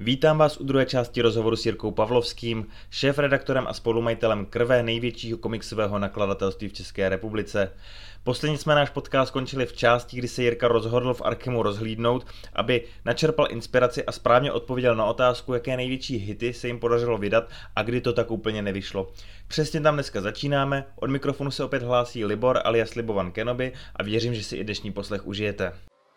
Vítám vás u druhé části rozhovoru s Jirkou Pavlovským, šéfredaktorem a spolumajitelem Krve, největšího komiksového nakladatelství v České republice. Posledně jsme náš podcast skončili v části, kdy se Jirka rozhodl v Arkhemu rozhlídnout, aby načerpal inspiraci a správně odpověděl na otázku, jaké největší hity se jim podařilo vydat a kdy to tak úplně nevyšlo. Přesně tam dneska začínáme, od mikrofonu se opět hlásí Libor alias Libovan Kenobi a věřím, že si i dnešní poslech užijete.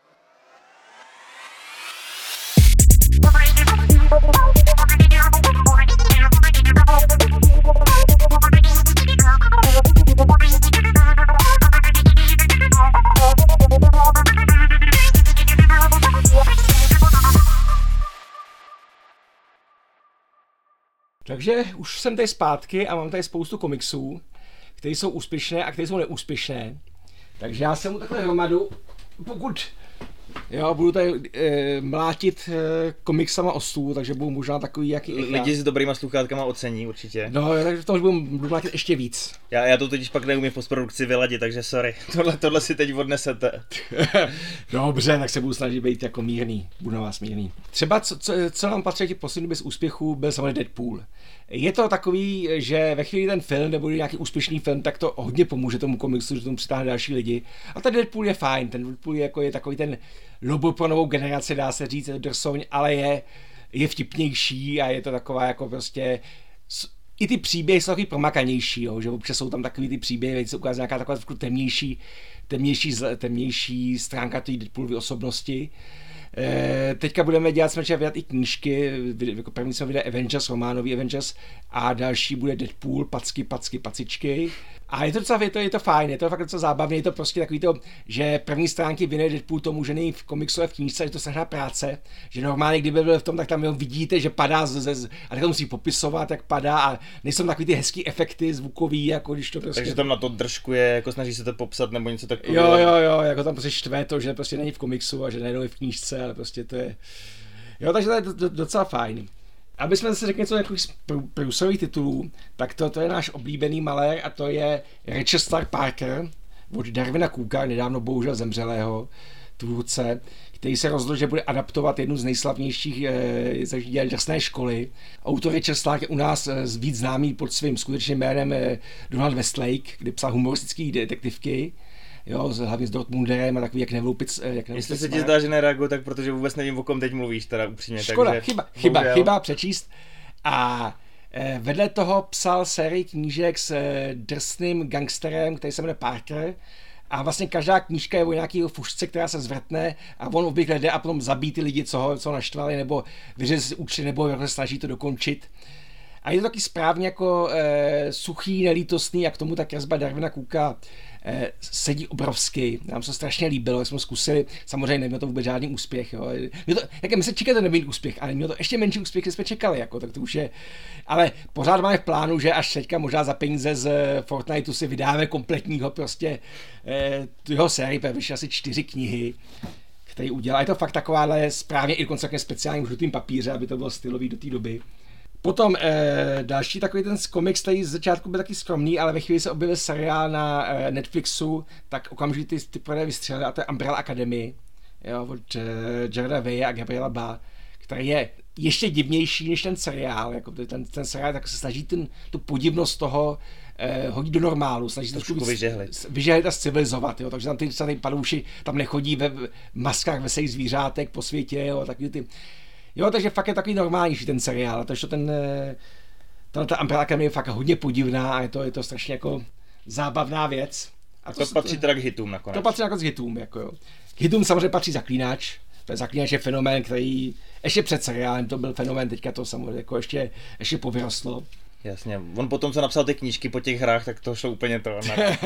Takže už jsem tady zpátky a mám tady spoustu komiksů, které jsou úspěšné a které jsou neúspěšné. Takže já jsem mu takhle hromadu, pokud budu tady mlátit komiksama o stůl, takže budu možná takový, jaký Lidi s dobrýma sluchátkama ocení určitě. No, takže v tom budu mlátit ještě víc. Já to totiž pak neumím v postprodukci vyladit, takže sorry. Tohle si teď odnesete. Dobře, tak se budu snažit být jako mírný. Budu na vás mírný. Třeba, co nám patří poslední bez úspěchu, byl samozřejmě Deadpool. Je to takový, že ve chvíli ten film nebo nějaký úspěšný film, tak to hodně pomůže tomu komiksu, že tomu přitáhne další lidi. A ten Deadpool je fajn, ten Deadpool je takový ten lobo pro novou generaci, dá se říct, je to drsoň, ale je vtipnější a je to taková jako prostě... I ty příběhy jsou takový promakanější, jo, že občas jsou tam takový ty příběhy, veď se ukázá nějaká taková temnější stránka té Deadpoolovy osobnosti. Teďka budeme dělat, jsme vydat i knížky, jako první jsme vydali Avengers, románový Avengers a další bude Deadpool, pacičky. A je to docela, je to fajn, je to fakt docela zábavné, je to prostě takový to, že první stránky věnuje Deadpool tomu, že není v komiksu a v knížce, že to strašná práce, že normálně, kdyby byl v tom, tak tam jenom vidíte, že padá a tak to musí popisovat, jak padá a nejsou takový ty hezký efekty zvukový, jako když to prostě... Takže tam na to držkuje, jako snaží se to popsat nebo něco takového. Jo, jako tam prostě štve to, že prostě není v komiksu a že najednou je v knížce, ale prostě to je... Jo, takže to je docela fajn. Aby jsme zase řekli něco takových průsových titulů, tak to je náš oblíbený malér a to je Rochester Parker od Darwina Cooka, nedávno bohužel zemřelého tvůrce, který se rozhodl, že bude adaptovat jednu z nejslavnějších drsné školy. Autor Rochester je u nás víc známý pod svým skutečným jménem Donald Westlake, kdy psal humoristický detektivky. Jo, hlavně s Dortmunderem a takový, jak nevloupit. Jestli se ti zdá, že nereaguju, tak protože vůbec nevím, o kom teď mluvíš, teda upřímně. Škoda, takže, chyba přečíst. A vedle toho psal sérii knížek s drsným gangsterem, který se jmenuje Parker. A vlastně každá knížka je o nějakého fušce, která se zvrtne a on obvykle jde a potom zabíjí ty lidi, co ho naštvali, nebo vyřezí si účty, nebo se snaží to dokončit. A je to taky správně jako suchý, nelítostný a k tomu ta kresba Darwina Cooka sedí obrovsky. Nám se strašně líbilo, jsme zkusili, samozřejmě nemělo to vůbec žádný úspěch. Jo. My se čekali, to nebyl úspěch, ale mělo to ještě menší úspěch, než jsme čekali. Jako, tak to už je, ale pořád máme v plánu, že až teďka možná za peníze z Fortniteu si vydáme kompletního prostě jeho sérii, vyšly asi 4 knihy, který udělal. Je to fakt takováhle správně i dokonce speciálním žlutým papíře, aby to bylo stylový do té doby. Potom další takový ten komiks, který z začátku byl taky skromný, ale ve chvíli se objevil seriál na Netflixu, tak okamžitě ty projevy vystřelili a to je Umbrella Academy, jo, od Jareda Waye a Gabriela Ba, který je ještě divnější než ten seriál, jako ten seriál tak se snaží tu podivnost toho hodit do normálu, snaží se trošku vyžehlit a civilizovat, jo, takže tam ty padouši tam nechodí ve maskách veselých zvířátek po světě, jo, takový ty. Jo, takže fakt je takový normálnější ten seriál, takže ta Umbrella Academy je fakt hodně podivná a je to strašně jako zábavná věc. A to patří teda k hitům nakonec. To patří jako k hitům, jako jo. K hitům samozřejmě patří Zaklínač. Zaklínač je fenomén, který ještě před seriálem to byl fenomén, teďka to samozřejmě jako ještě povyrostlo. Jasně, on potom, co napsal ty knížky po těch hrách, tak to šlo úplně to.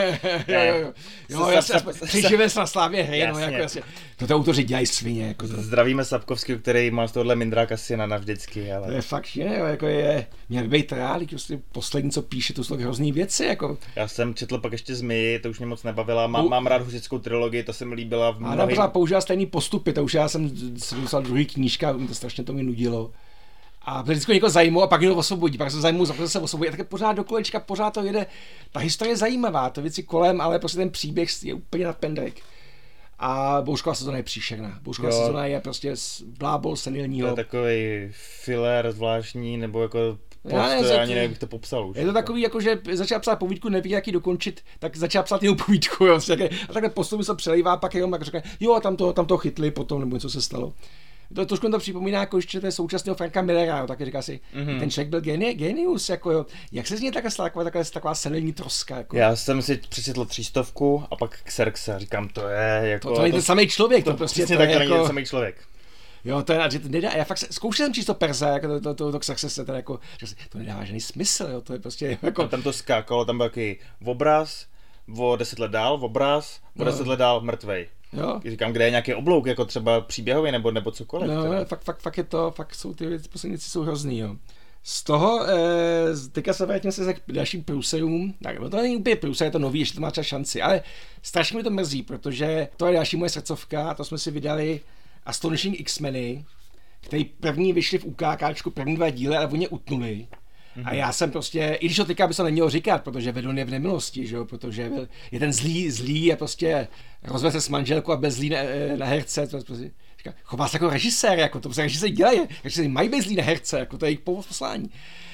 Jo, přeživě se na slávě hry, no jako jasně. To autoři dělají svině. Jako to. Zdravíme Sapkovského, který má z tohohle mindrák asi navždycky, ale... To je fakt, že jo, jako měl být reálí, prostě poslední, co píše, to jsou hrozný věci, jako. Já jsem četl pak ještě Zmiji, to už mě moc nebavila, mám rád husitskou trilogii, to se mi líbila v mnohým... A tam používal stejný postupy, to už já jsem psal druhý knížka, to strašně to mi nudilo. A vždycky někoho zajímalo a pak jenom osvobodí, pak se zajímalo, se osvobodí a tak pořád do kolečka, pořád to jede. Ta historie je zajímavá, to věci kolem, ale prostě ten příběh je úplně nad pendrek. a bouřková sezóna je příšerná. Bouřková sezóna je prostě blábol senilního. To je takový filler zvláštní, nebo jako ani nevím, jak bych to popsal už. Je to takový, jako že začal psát povídku, neví, jak ji dokončit, tak začal psát jinou povídku, jo. A takhle postupně se přelejvá, pak jenom tak řekne, jo, tam to chytli potom, nebo něco se stalo. To trošku to připomíná jako ještě té současného Franka Millera, jo, taky říká si, ten člověk byl genius, jako jo. Jak se z něj taková senilní troska, jako. Já jsem si přečetl 300 a pak Xerxe, říkám, to je jako... To není ten samý člověk, to prostě to je jako... ten samý člověk. Jo, to nedá, já fakt zkoušel jsem číst Perse, jako to Xerxese, teda jako, to nedává žádný smysl, jo, to je prostě jako... Tam to skákalo, tam byl takový obraz, o 10 let dál, obraz, o 10 let dál mrtvej. Jo. Říkám, kde je nějaký oblouk, jako třeba příběhový nebo cokoliv. No, fakt jsou ty posledníci jsou hrozný, jo. Z toho, teďka se vrátím se k dalším průserům, tak to není úplně průser, je to nový, ještě to má třeba šanci, ale strašně mi to mrzí, protože to je další moje srdcovka, to jsme si vydali Astonishing X-meny, který první vyšli v UKKčku, první 2 díly, ale oni utnuli. A já jsem prostě, i když to teďka by se nemělo říkat, protože Vedon je v nemilosti, že jo, protože je ten zlý a prostě rozvede se s manželkou a bez zlý na herce, to prostě říká, chová se jako režisér, jako to prostě režisér dělají, režisér mají být zlý na herce, jako to je jejich poslání.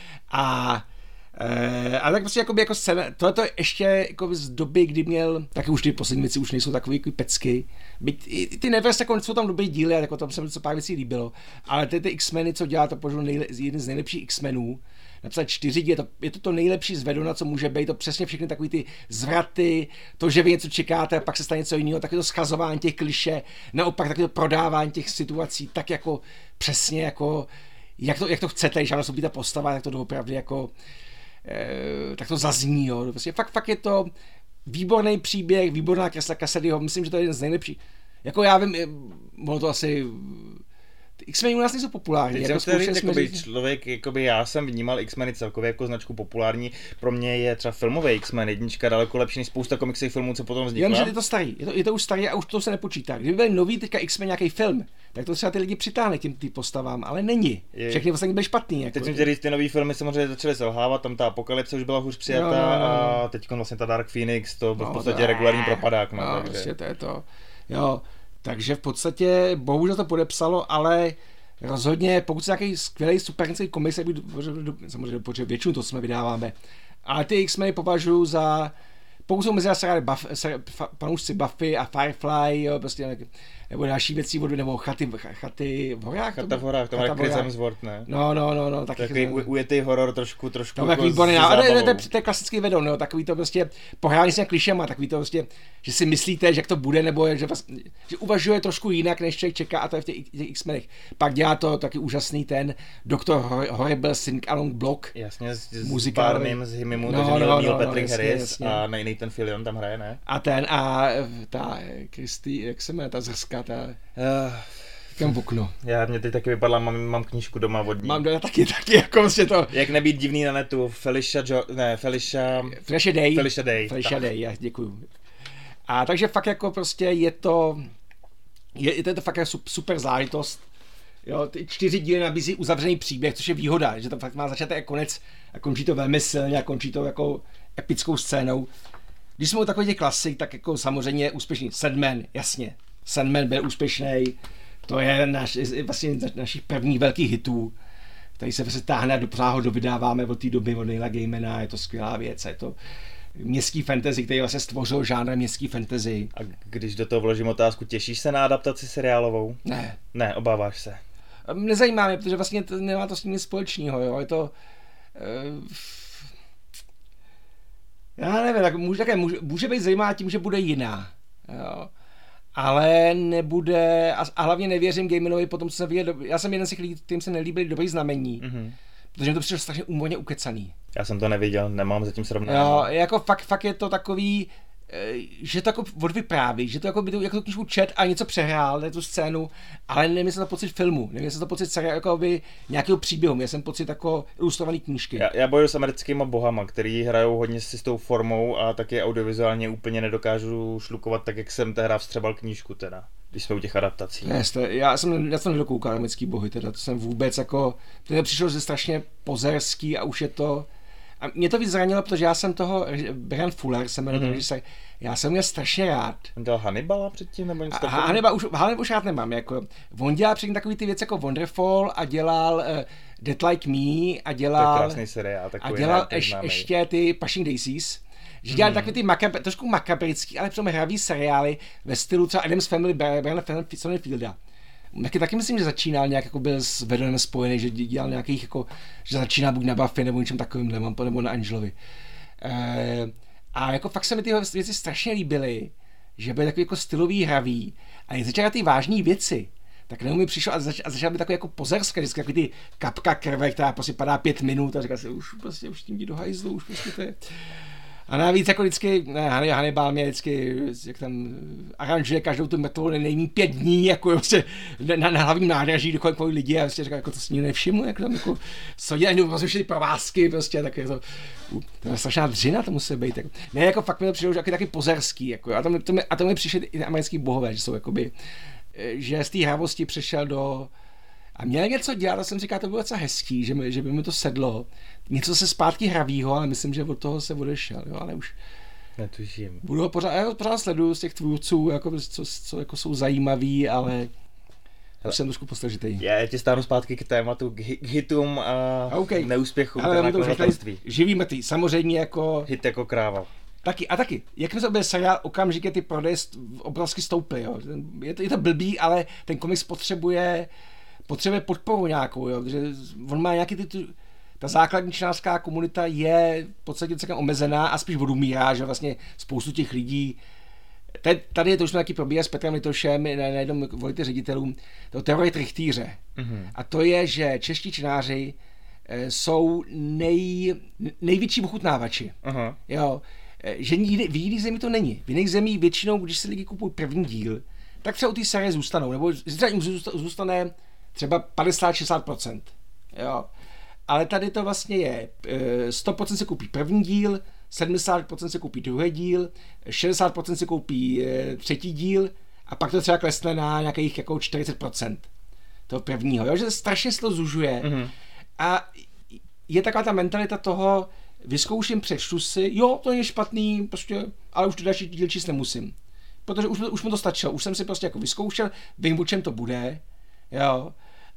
Ale tak prostě jako scéna, tohle je ještě jako z doby, kdy měl, taky už ty poslední věci už nejsou takový jako pecky. Byť ty Nevers jako jsou tam dobrý díly, jako tam se mi to pár věcí líbilo, ale ty X-meny, co dělá, to považuji jeden z nejlepších X-menů. Napsat 4 díly, je to nejlepší z Vedona, co může být, to přesně všechny takový ty zvraty, to, že vy něco čekáte a pak se stane něco jiného, taky to schazování těch klišé, naopak taky to prodávání těch situací, tak jako přesně jako, jak to chcete, když jsou ta postava, tak to doopravdy jako tak to zazní, jo. Prostě fakt je to výborný příběh, výborná kresla Cassidyho, myslím, že to je jeden z nejlepších. Jako já vím, bylo to asi... X-meny u nás nejsou populární. Člověk, jakoby já jsem vnímal X-meny celkově jako značku populární. Pro mě je třeba filmový X-men jednička daleko lepší než spousta komiksových filmů, co potom vznikla. Já myslím, že je to starý. Je to už starý a už to se nepočítá. Kdyby byl nový teďka X-men nějaký film, tak to třeba ty lidi přitáhne těm postavám, ale není. Všechny vlastně byly špatný. Jako. Teď jsem říct, ty nový filmy samozřejmě začaly selhávat, tam ta Apokalypse už byla hůř přijatá a teď vlastně ta Dark Phoenix, to byl v podstatě regulární propadák. No, prostě to je to. Jo. Takže v podstatě bohužel to podepsalo, ale rozhodně, pokud se nějaký skvělý superhrdinský komiks, samozřejmě většinu to jsme vydáváme, ale ty X-meny považuji za, pokud jsou mezi panoušci Buffy a Firefly, jo, prostě, nebo další věcí, nebo chaty v horách. Chata v horách, to má Chris Hemsworth, ne? No. Takový ujetý horor trošku to jako výborný, ale to je klasický Vedon, no, takový to prostě pohrání s nějak klišema, takový to prostě, že si myslíte, že jak to bude, nebo že uvažuje trošku jinak, než člověk čeká, a to je v těch X-menech. Pak dělá to taky úžasný ten Dr. Horrible Sing Along Block. Jasně, s Barneym, s Himimu, takže Neil Patrick Harris a Nathan Fillion tam hraje, ne? A ta Kristy, jak se jmenuje, ta zrska, kam v okno. Mě teď taky vypadla, mám knížku doma od ní. Mám taky jako vlastně to. Jak nebýt divný na netu, Felicia Day, já děkuju. A takže fakt jako prostě je to fakt jako super záležitost. Jo, ty 4 díly nabízí uzavřený příběh, což je výhoda, že to fakt má začátek a konec a končí to velmi silně a končí to jako epickou scénou. Když jsme u takových klasik, tak jako samozřejmě úspěšný Sandman, jasně. Sandman byl úspěšný, to je vlastně našich prvních velkých hitů, který se vlastně táhne a pořád ho dovydáváme od té doby od Neila Gaimana, je to skvělá věc, je to městský fantasy, který vlastně stvořil žánr městský fantasy. A když do toho vložím otázku, těšíš se na adaptaci seriálovou? Ne, obáváš se? Nezajímá mě, protože vlastně nemá to s tím nic společného, jo, je to... já nevím, tak může být zajímavá tím, že bude jiná, jo. Ale nebude, a hlavně nevěřím Gaimanovi po tom, co jsem viděl, já jsem jeden z těch lidí, kterým se nelíbily Dobrý znamení, protože mi to přišlo strašně úmorně ukecaný. Já jsem to neviděl, nemám zatím srovnání. Jo, jako fakt je to takový, že to jako odvypráví, že to jako by to, jako tu knížku čet a něco přehrál, tu scénu, ale nevím, jestli to pocit filmu, nevím, jestli to pocit seriálu, jako by nějakého příběhu, měl jsem pocit jako ilustrovaný knížky. Já bojuju s americkými bohama, který hrajou hodně si s tou formou a taky audiovizuálně úplně nedokážu šlukovat tak, jak jsem tehdy vstřebal knížku teda, když jsme u těch adaptací. Já jsem nedokoukal americký bohy teda, to jsem vůbec jako, to mi přišlo, že strašně pozerský a už je to. A mě to víc zranilo, protože já jsem toho, Brian Fuller se jmenuje, já jsem měl strašně rád. On dělal Hannibala předtím, nebo něco takového? Hannibal už rád nemám, jako, on dělal předtím takový ty věci jako Wonderfall a dělal Dead Like Me a dělal... To je krásný seriál, a dělal ještě ty Pushing Daisies. Že dělali takový ty trošku makabrický, ale přitom hravý seriály ve stylu třeba Addams Family, Briana Fielda. Taky myslím, že začínal nějak, jako byl s Vedonem spojený, že dělal nějakých, jako, že začínal buď na Buffy nebo něčem takovým, nebo na Angelovi. A jako fakt se mi ty věci strašně líbily, že byly takový jako stylový, hravý. A když začal ty vážné věci, tak nebo mi přišlo a začal být takový jako pozerska, vždycky takový ty kapka krve, která prostě padá 5 minut a říká si, už tím jdi do hajzlu, už prostě to je... A navíc jako vždycky, Hannibal mě vždycky, jak tam aranžuje každou tu metru nejmí 5 dní, jako prostě na hlavním nádraží dokonce lidi a prostě říká, jako to s ní nevšiml, jako tam jako co dělají, nebo ty provázky, prostě tak jako to je strašná dřina, to musí být. Jako. Ne, jako fakt mi to přišlo taky taky jako, a to mi přišli i americký bohové, že jsou jakoby, že z té hravosti přešel do... A měl něco dělat, a jsem říkal, to bylo docela hezký, že by mi to sedlo. Něco se zpátky hravýho, ale myslím, že od toho se odešel, jo, ale už... Netuším. Budu ho pořád sleduju z těch tvůrců, jako, co jako jsou zajímaví, ale už jsem trošku postažitý. Já ti stáhnu zpátky k tématu, k hitům a neúspěchu nakladatelství. Živý mrtvý, samozřejmě jako... Hit jako kráva. Taky. Jak jsme se objevili seriál, okamžitě ty prodeje obrovsky stouply, jo. Je to blbý, ale ten komiks potřebuje podporu nějakou, jo, protože on má nějaký ta základní čtenářská komunita je v podstatě celkem omezená a spíš odumírá, že vlastně spoustu těch lidí, tady je to už jsme taky probíhá s Petrem Litošem, nejenom volíte ředitelům, to teorie trichtýře. Mm-hmm. A to je, že čeští čtenáři jsou největší ochutnávači. Uh-huh. Jo, že v jiných zemích to není. V jiných zemích většinou, když si lidi kupují první díl, tak třeba u té série zůstanou, nebo zůstane třeba 50-60%. Jo. Ale tady to vlastně je 100% se koupí první díl, 70% se koupí druhý díl, 60% se koupí třetí díl a pak to třeba klesne na nějakých jako 40% toho prvního. Jo? Že strašně se to zužuje. Mm-hmm. A je taková ta mentalita toho, vyzkouším, přečtu si, jo, to je špatný, prostě, ale už to další díl číst nemusím. Protože už mi to stačilo, už jsem si prostě jako vyzkoušel, vím, o čem to bude, jo,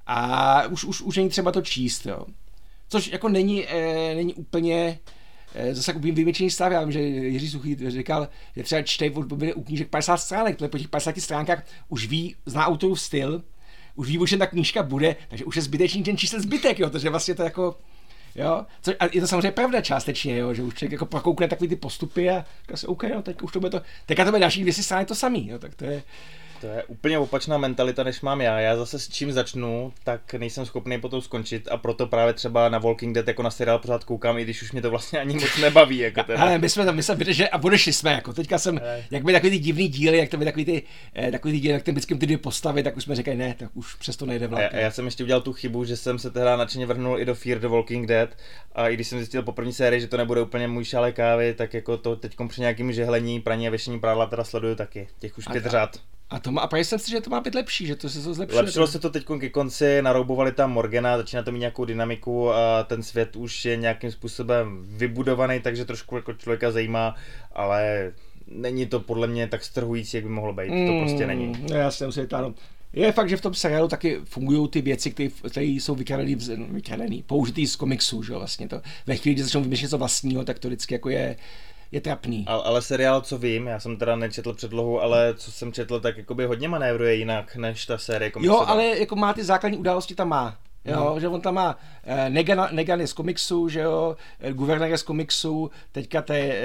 a už není třeba to číst, jo. Což jako není úplně zase výjimečný stav. Já vím, že Jiří Suchý říkal, že třeba čtej u knížek 50 stránek, po těch 50 stránkách už zná autorův styl, už ví, o čem ta knížka bude, takže už je zbytečný ten čísel zbytek, jo, takže vlastně to jako, jo, a je to samozřejmě pravda částečně, jo, že už člověk jako prokoukne takový ty postupy a říká si, OK, no, teď už to bude to, teďka to bude další 200 stránek to samý, jo, tak to je... To je úplně opačná mentalita, než mám já. Já zase s čím začnu, tak nejsem schopný potom skončit a proto právě třeba na Walking Dead jako na seriál pořád koukám, i když už mě to vlastně ani moc nebaví. Jako teda. Ale my jsme vydrželi a odešli jsme, jako teďka jsem, jak by takový ty divný díly, jak to by takový ty díly, jak ten vždycky ty dvě postavy, tak už jsme říkali, ne, tak už přesto nejde vlak. A já jsem ještě udělal tu chybu, že jsem se teda nadšeně vrhnul i do Fear the Walking Dead a i když jsem zjistil po první sérii, že to nebude úplně můj šálek kávy, tak jako to teďkom při nějakým žehlení, praní a věšení prádla teda sleduju taky. Těch už 5 řád. A právě jsem si, že to má být lepší, že to se to zlepšilo. Lepšilo se to teď ke konci, naroubovali tam Morgana, začíná to mít nějakou dynamiku a ten svět už je nějakým způsobem vybudovaný, takže trošku jako člověka zajímá, ale není to podle mě tak strhující, jak by mohlo být. To prostě není. Já si musím táhnout. Je fakt, že v tom seriálu taky fungují ty věci, které jsou vykradený, použitý z komiksu, že vlastně to. Ve chvíli, kdy začnou vymýšlet něco vlastního, tak to vždycky jako je trapný. Ale seriál, co vím, já jsem teda nečetl předlohu, ale co jsem četl, tak jakoby hodně manévruje jinak, než ta série komiksová. Jo, ale jako má ty základní události tam má. Jo, že on tam má Negan je z komiksu, že jo, guvernér je z komiksu, teďka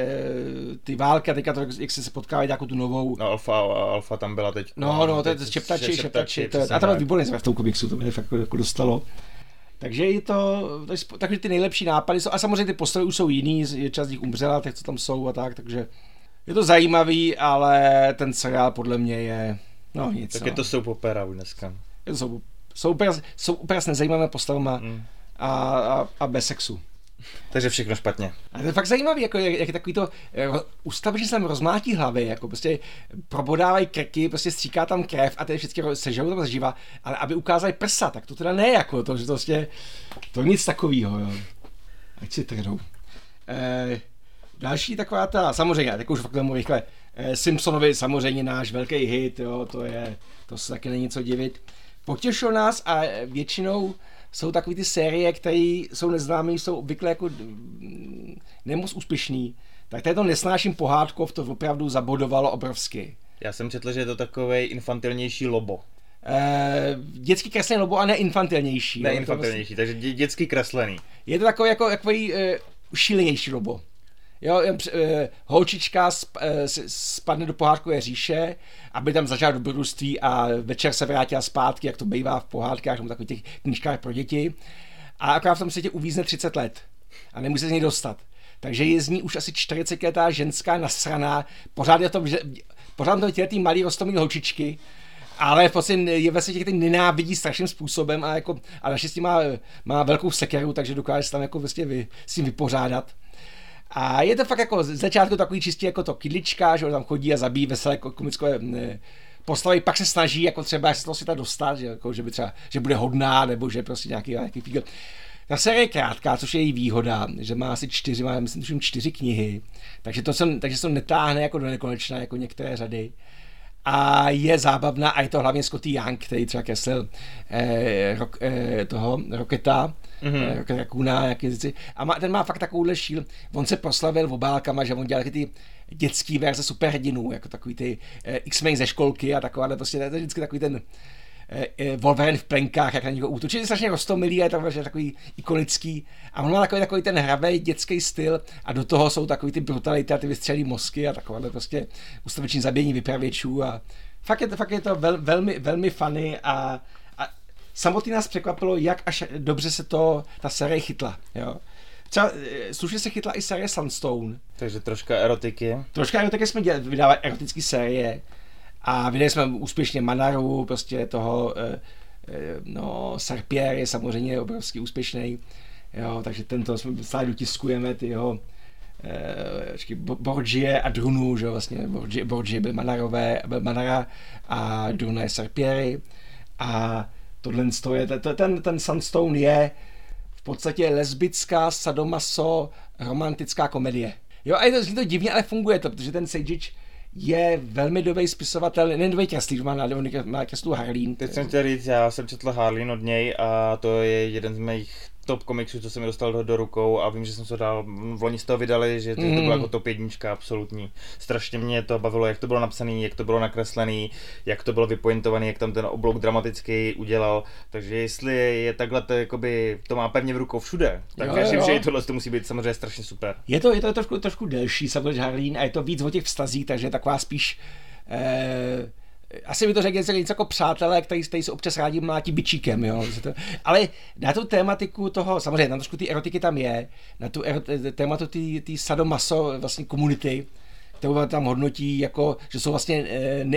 ty války, teďka to, jak se potkávají jako tu novou. No, Alfa tam byla teď. No, to je šeptači, a tam je výborný v tom komiksu, to mě fakt jako dostalo. Takže je takže ty nejlepší nápady jsou, a samozřejmě ty postavy už jsou jiný, část z nich umřela, těch, co tam jsou a tak, takže je to zajímavý, ale ten seriál podle mě je, no nic. Tak je to soap opera už dneska. Jsou úplně s nezajímavými postavama a bez sexu. Takže všechno špatně. A to je fakt zajímavý, jako, jak je takový to ustavičně se tam rozmlátí hlavy, jako prostě probodávají krky, prostě stříká tam krev a teď vždycky sežou tam zaživa, ale aby ukázali prsa, tak to teda ne, jako to, že to prostě, to nic takovýho, jo. Ať si trdou. Další taková ta, samozřejmě, tak už fakt tomu rychle, Simpsonovi samozřejmě náš velký hit, jo, to se taky není co divit. Potěšil nás a většinou jsou takové ty série, které jsou neznámé, jsou obvykle jako nemoc úspěšný. Tak tady to Nesnáším pohádkov, to opravdu zabodovalo obrovsky. Já jsem četl, že je to takovej infantilnější Lobo. Dětský kreslený Lobo a neinfantilnější. Neinfantilnější, takže dětsky kreslený. Je to takový šílenější Lobo. Jo, holčička spadne do pohádkové říše, aby tam začala dobrodružství a večer se vrátila zpátky, jak to bývá v pohádkách, nebo takových těch knížkách pro děti. A akorát v tom světě uvízne 30 let a nemůže se z něj dostat. Takže je z ní už asi 40letá ženská nasraná, pořád je to ty malý rostomilý holčičky, ale v podstatě je ve světě, který nenávidí strašným způsobem a naštěstí má velkou sekeru, takže dokáže se tam jako vlastně s tím vypořádat. A je to fakt jako z začátku takový čistě jako to kydlička, že tam chodí a zabíjí veselé komické postavy, pak se snaží jako třeba z toho světa dostat, že by třeba, že bude hodná, nebo že prostě nějaký fígl. Ta série je krátká, což je její výhoda, že má asi 4 knihy, takže se to netáhne jako do nekonečna, jako některé řady. A je zábavná a je to hlavně Scotty Young, který třeba kreslil toho Rocketa, Rocket Raccoona, a ten má fakt takovouhle šíl. On se proslavil obálkama, že on dělal ty dětský verze superhrdinů, jako takový ty X-Men ze školky a taková, prostě to je vždycky takový ten Wolverine v plenkách, jak na někoho útočí, je strašně roztomilý, je to takový ikonický a on má takový ten hravý dětský styl a do toho jsou takový ty brutality a ty vystřelí mozky a takováhle prostě ustaviční zabíjení vypravěčů a fakt je to velmi, velmi funny a samotný nás překvapilo, jak až dobře se ta série chytla, jo. Třeba slušně se chytla i série Sunstone. Takže troška erotiky. Jsme vydávali erotické série. A vydali jsme úspěšně Manaru, prostě toho, Sarpierre je samozřejmě obrovský úspěšný, jo, takže tento jsme stále dotiskujeme, ty jeho Borgie a Drunu, že vlastně Borgie byl Manara a Druna je Sarpierre a tohle je, ten Sunstone je v podstatě lesbická, sadomaso, romantická komedie. Jo, a zní to divně, ale funguje to, protože ten Sejic je velmi dobrý spisovatel, nejen dobrý kreslíř, má kreslu Harleen. Teď jsem chtěl říct, já jsem četl Harleen od něj a to je jeden z mých top komiksů, co jsem mi dostal do rukou a vím, že jsem se dal, v loni z toho vydali, že to bylo jako top 1, absolutní. Strašně mě to bavilo, jak to bylo napsané, jak to bylo nakreslené, jak to bylo vypointované, jak tam ten oblouk dramatický udělal. Takže jestli je takhle to má pevně v rukou všude, tak věřím, že i tohle to musí být samozřejmě strašně super. Je to trošku delší, samozřejmě Harleen, a je to víc o těch vztazích, takže taková spíš asi by to řekl něco jako přátelé, který se občas rádi mlátí bičíkem, jo. Ale na tu tématiku toho, samozřejmě tam trošku ty erotiky tam je, na tu tématu ty sadomaso vlastně komunity, kterou tam hodnotí jako, že jsou vlastně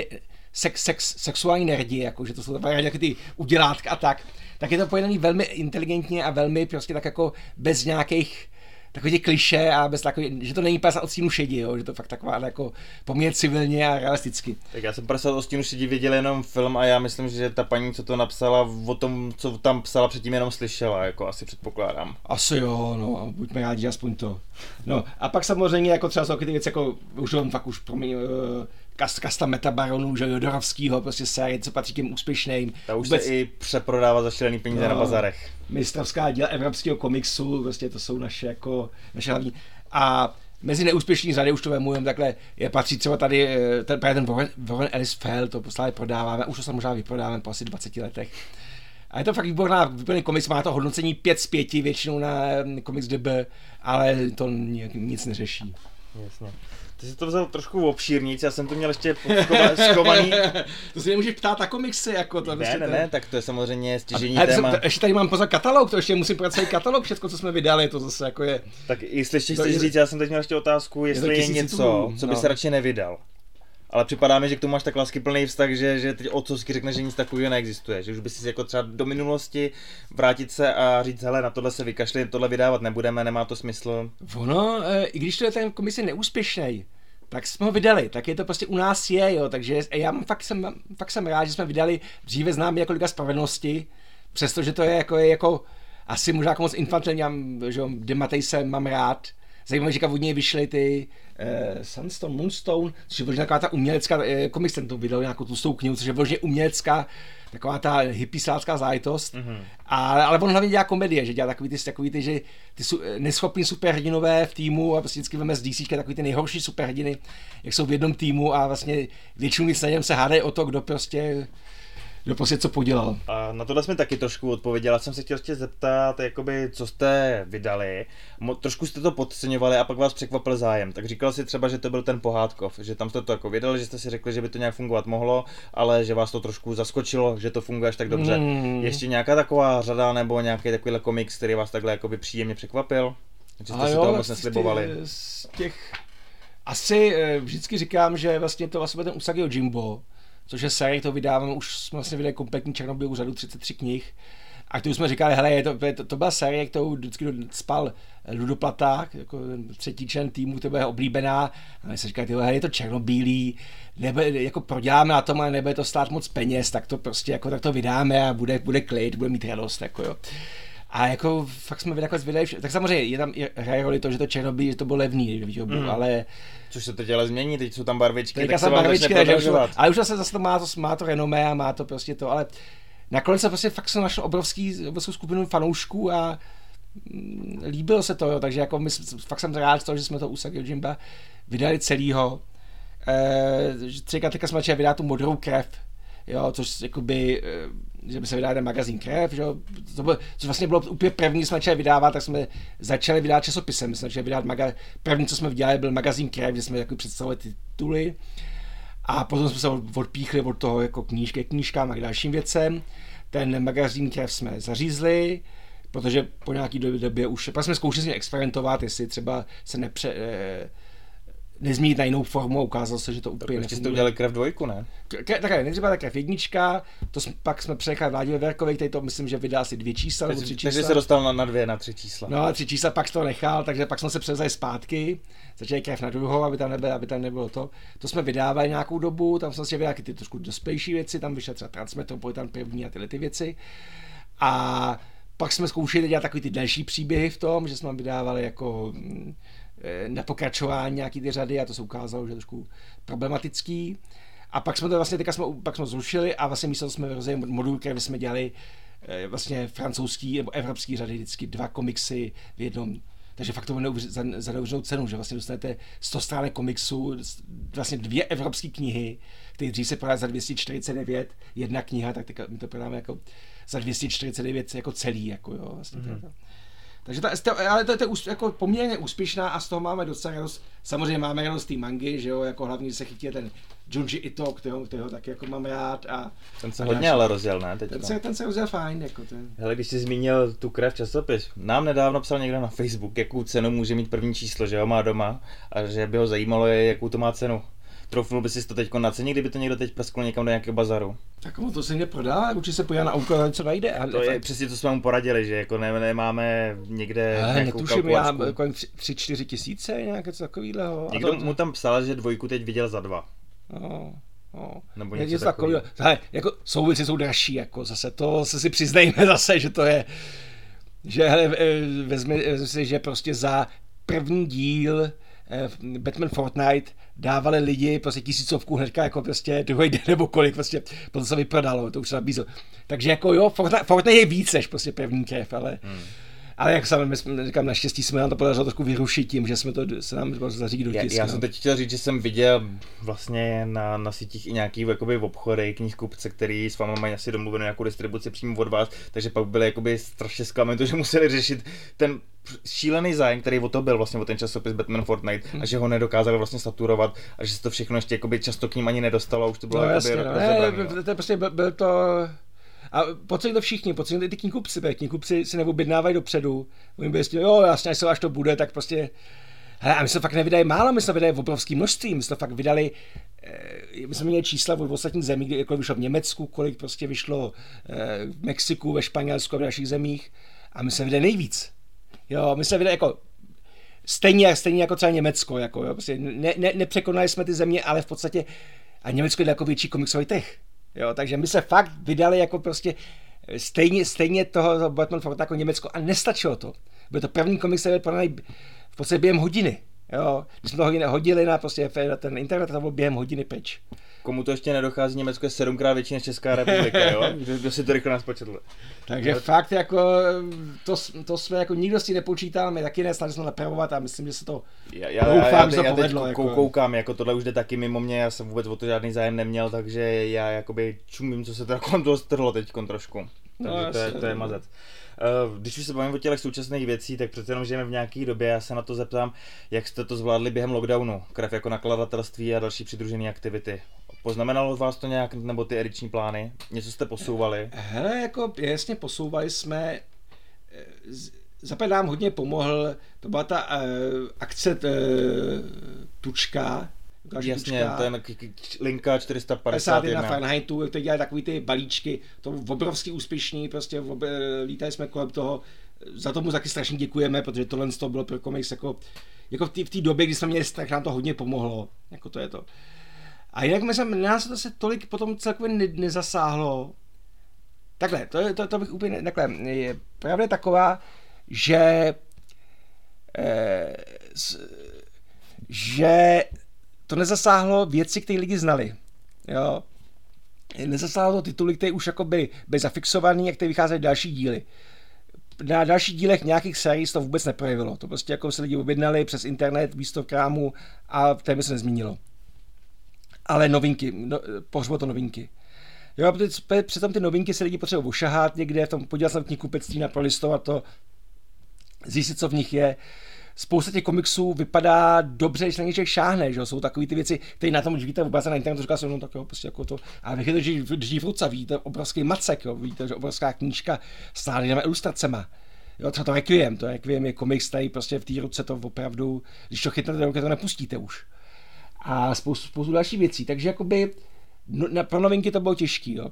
sexuální nerdi, jako, že to jsou jako ty udělátka a tak je to pojedený velmi inteligentně a velmi prostě tak jako bez nějakých takový klišé a bez takový, že to není 50 odstínů šedi, jo, že to fakt taková jako poměrně civilně a realisticky. Tak já jsem 50 odstínů šedi viděl jenom film a já myslím, že ta paní, co to napsala, o tom, co tam psala předtím, jenom slyšela, jako asi předpokládám. Asi jo, no, buďme rádi, aspoň to. No, a pak samozřejmě jako třeba jsou ty věci, jako už pro mě kasta metabaronů, že Jodorovskýho, prostě série, co patří těm úspěšným. Ta už vůbec se i přeprodává za šílený peníze na bazarech. Mistrovská díla evropského komiksu, prostě to jsou naše hlavní. A mezi neúspěšní řady, už to vemujeme, takhle patří třeba tady ten Warren Ellis Fell, to stále prodáváme, už to se možná vyprodáváme po asi 20 letech. A je to fakt výborný komiks, má to hodnocení 5 z 5 většinou na Comics.db, ale to nic neřeší. Jasně. Ty jsi to vzal trošku obšírníc, já jsem to měl ještě schovaný. To si nemůžeš ptát na komiksy, jako to. Ne, tak to je samozřejmě stěžení téma. Ještě tady mám pořád katalog, to ještě musím pracovat katalog, všechno, co jsme vydali, to zase jako je. Tak jestli ještě chceš říct, já jsem teď měl ještě otázku, jestli je něco, co by se radši nevydal. Ale připadá mi, že k tomu máš tak láskyplný vztah, že teď otcovsky řekne, že nic takového neexistuje, že už bys si jako třeba do minulosti vrátit se a říct, hele, na tohle se vykašli, tohle vydávat nebudeme, nemá to smysl. Ono, i když to je ten komis neúspěšný, tak jsme ho vydali, tak je to prostě u nás jo, takže já fakt jsem rád, že jsme vydali dříve známý jako Liga spravedlnosti, přestože to je jako asi možná jako moc infantilní, že Dematej se mám rád, zajímavé, že od něj vyšly ty Sunstone, Moonstone, což je možná taková ta umělecká, komiks ten to vydal nějakou tlustou knihu, což je možná umělecká, taková ta hippiesácká záležitost. Ale on hlavně dělá komedie, že dělá takový ty, že ty neschopní superhrdinové v týmu a prostě vždycky veme z DC takový ty nejhorší superhrdiny, jak jsou v jednom týmu a vlastně většinou nic nedělám se hádají o to, kdo prostě co podělal. A na tohle jsme taky trošku odpověděli. Já jsem se chtěl ještě zeptat, jakoby, co jste vydali. Trošku jste to podceňovali a pak vás překvapil zájem. Tak říkal si třeba, že to byl ten Pohádkov, že tam jste to jako vydali, že jste si řekli, že by to nějak fungovat mohlo, ale že vás to trošku zaskočilo, že to funguje až tak dobře. Ještě nějaká taková řada nebo nějaký takovýhle komiks, který vás takhle jakoby příjemně překvapil? Že jste si toho moc neslibovali? Asi vždycky říkám, že vlastně to vlastně ten Usagi Yojimbo, což je série, to vydáváme, už jsme vlastně vydali kompletní černobílou řadu 33 knih. A tu jsme říkali, hele, to byla série, kterou vždycky spal Ludo Platák, jako třetí člen týmu, to bude oblíbená. A my jsme říkali, hele, je to černobílý, jako proděláme na tom, ale nebude to stát moc peněz, tak to prostě jako tak to vydáme a bude klid, bude mít radost, jako jo. A jako fakt jsme vydali, tak samozřejmě je tam hraje roli to, že to černobílý, že to bylo levný, ale což se teď ale změní, teď jsou tam barvičky, teďka tak se vám začne prodražovat. Ale už zase má to renomé a má to prostě to, ale nakonec se prostě fakt jsem našel obrovskou skupinu fanoušků a líbilo se to, jo, takže jako fakt jsem rád z toho, že jsme to Usagi Yojimba vydali celýho. Teďka jsme začali vydat tu Modrou krev, jo, což jakoby, že by se vydal ten magazín Krev, že jo, což vlastně bylo úplně první, jsme začali vydávat, tak jsme začali vydávat časopisem, jsme začali vydávat první, co jsme vydělali, byl magazín Krev, kde jsme jako představovali tituly a potom jsme se odpíchli od toho jako knížkám a k dalším věcem. Ten magazín Krev jsme zařízli, protože po nějaký době už, pak jsme zkoušeli s ním experimentovat, jestli třeba se nezměnit na jinou formu a ukázalo se, že to úplně nefunguje. Jste udělali Krev 2, ne? Takhle, nejdřív byla Krev 1, pak jsme přenechali Vládě Veverkovi, který to myslím, že vydal asi 2 čísla nebo 3 čísla. Takže se dostal na 3 čísla. No, 3 čísla, pak to nechal, takže pak jsme se převzali zpátky, začali Krev na 2, aby tam nebylo to. To jsme vydávali nějakou dobu, tam jsme si vydali ty trošku dospělejší věci, tam vyšel třeba Transmetropolitan první a tyhle ty věci. A pak jsme zkoušeli dělat takový ty další příběhy v tom, že jsme vydávali jako na pokračování nějaký ty řady a to se ukázalo, že je trošku problematický. A pak jsme to vlastně, pak jsme zrušili a vlastně místo jsme rozjeli modul, kde jsme dělali vlastně francouzský nebo evropský řady, vždycky 2 komiksy v jednom. Takže fakt to bylo za neuvěřitelnou cenu, že vlastně dostanete 100 stránek komiksu, vlastně 2 evropské knihy, které dřív se prodávaly za 249, jedna kniha, tak my to prodáváme jako za 249 jako celý, jako jo, vlastně Takže ale to je jako poměrně úspěšná a z toho máme docela radost. Samozřejmě máme radost té mangy, že jo, jako hlavně se chytí ten Junji Ito, kterého taky jako mám rád a ten se hodně ale rozjel, ne? Ten se rozjel fajn, jako ten. Hele, když jsi zmínil tu Krev časopis, nám nedávno psal někdo na Facebook, jakou cenu může mít první číslo, že ho má doma a že by ho zajímalo, jakou to má cenu. Troufnul by si to teď nacenit, kdyby to někdo teď prskl někam do nějakého bazaru. Tak to se někde prodá, určitě se podívá na auto, co najde. To je přesně to, co jsme mu poradili, že jako nemáme někde nějakou kalkulačku. Netuším, 3-4 tisíce, nějaké co takovýhleho. Někdo mu tam psal, že 2 teď viděl za 2. No. Nebo něco takového. Jako věci jsou dražší, jako zase to si přiznejme zase, že to je, že hele, vezmi si, že prostě za první díl Batman Fortnite dávali lidi prostě 1000 hnedka jako prostě druhý den nebo kolik prostě potom se vyprodalo, to už se nabízelo. Takže jako jo, Fortnite je víc než prostě první Krev, ale jak sami říkám, naštěstí jsme nám to podařilo trošku vyrušit tím, že jsme se nám zařídit do tisku. Já jsem teď chtěl říct, že jsem viděl vlastně na sítích i nějaký jakoby obchody, knihkupce, který s vámi mají asi domluvenou nějakou distribuci přímo od vás, takže pak byli jakoby strašně zklamaní, že museli řešit ten šílený zájem, který o to byl vlastně o ten časopis Batman Fortnite a že ho nedokázali vlastně saturovat a že se to všechno ještě jakoby často k ním ani nedostalo a už to bylo to prostě byl to. A pocení to všichni, pocení i ty knihkupci si neobjednávají dopředu. Oni by jestli, jo, jasně, až to bude, tak prostě. Hele, a my jsme fakt nevydají málo, my jsme vydali v obrovském množství, my jsme fakt vydali, my jsme měli čísla od ostatních zemí, kolik vyšlo v Německu, kolik prostě vyšlo v Mexiku, ve Španělsku a v dalších zemích a my jsme vydali nejvíc. Jo, my jsme vydali jako stejně jako třeba Německo, jako jo, prostě nepřekonali jsme ty země, ale v podstatě a Německo je jako větší komiksový trh. Jo, takže my se fakt vydali jako prostě stejně toho Batman Forta jako Německo a nestačilo to. Byl to první komiks, který byl prodaný v podstatě během hodiny. Jo, když jsme to hodili na ten internet, to bylo během hodiny pryč. Komu to ještě nedochází, Německo je 7krát větší než Česká republika, jo? Kdo si to rychle nás početl. Takže fakt jako, to jsme jako nikdo si nepočítal, my taky nesnažili jsme napravovat a myslím, že se to doufám, že to povedlo. Já teď koukám, jako tohle už jde taky mimo mě, já jsem vůbec o to žádný zájem neměl, takže já jakoby čumím, co se teda kolem toho strhlo teďkon trošku. Takže to je mazec. Když už se bavím o těch současných věcí, tak přece jenom žijeme v nějaké době, já se na to zeptám, jak jste to zvládli během lockdownu, krev jako nakladatelství a další přidružené aktivity. Poznamenalo vás to nějak, nebo ty ediční plány? Něco jste posouvali? Hele, jako jasně posouvali jsme, zaprvé nám hodně pomohl, to byla ta akce Tučka. Jasně, to je linka 451 na Fahrenheitu, který dělali takový ty balíčky, to bylo obrovský úspěšný, prostě lítali jsme kolem toho, za tomu taky strašně děkujeme, protože tohle bylo pro komiks jako v té době, kdy jsme měli strach, nám to hodně pomohlo, jako to je to. A jinak nás to se tolik potom celkově nezasáhlo. Takhle, to bych úplně, takhle, je pravda taková, že to nezasáhlo věci, které lidi znali. Jo. Nezasáhlo to tituly, které už jako byly zafixovaný a které vycházely další díly. Na dalších dílech nějakých sérií to vůbec neprojevilo. To prostě jako se lidi objednali přes internet, místo v krámu a téměř se nezmínilo. Ale novinky, pohřbo to novinky. Jo, přitom ty novinky se lidi potřebují ošahat někde, podívat se na knihkupectví, prolistovat to, zjistit, co v nich je. Spousta těch komiksů vypadá dobře, když na něček šáhne, že jsou takový ty věci, které na tom, když vidíte vůbec na internetu, říká se no tak jo, prostě jako to. A vy to drží v ruce, vidíte obrovský macek, jo, vidíte, že obrovská knížka s nádhernými ilustracema. Jo, třeba to Requiem je komiks, který prostě v té ruce to opravdu, když to chytnete do ruky, to nepustíte už. A spoustu dalších věcí, takže jakoby pro novinky to bylo těžký, jo.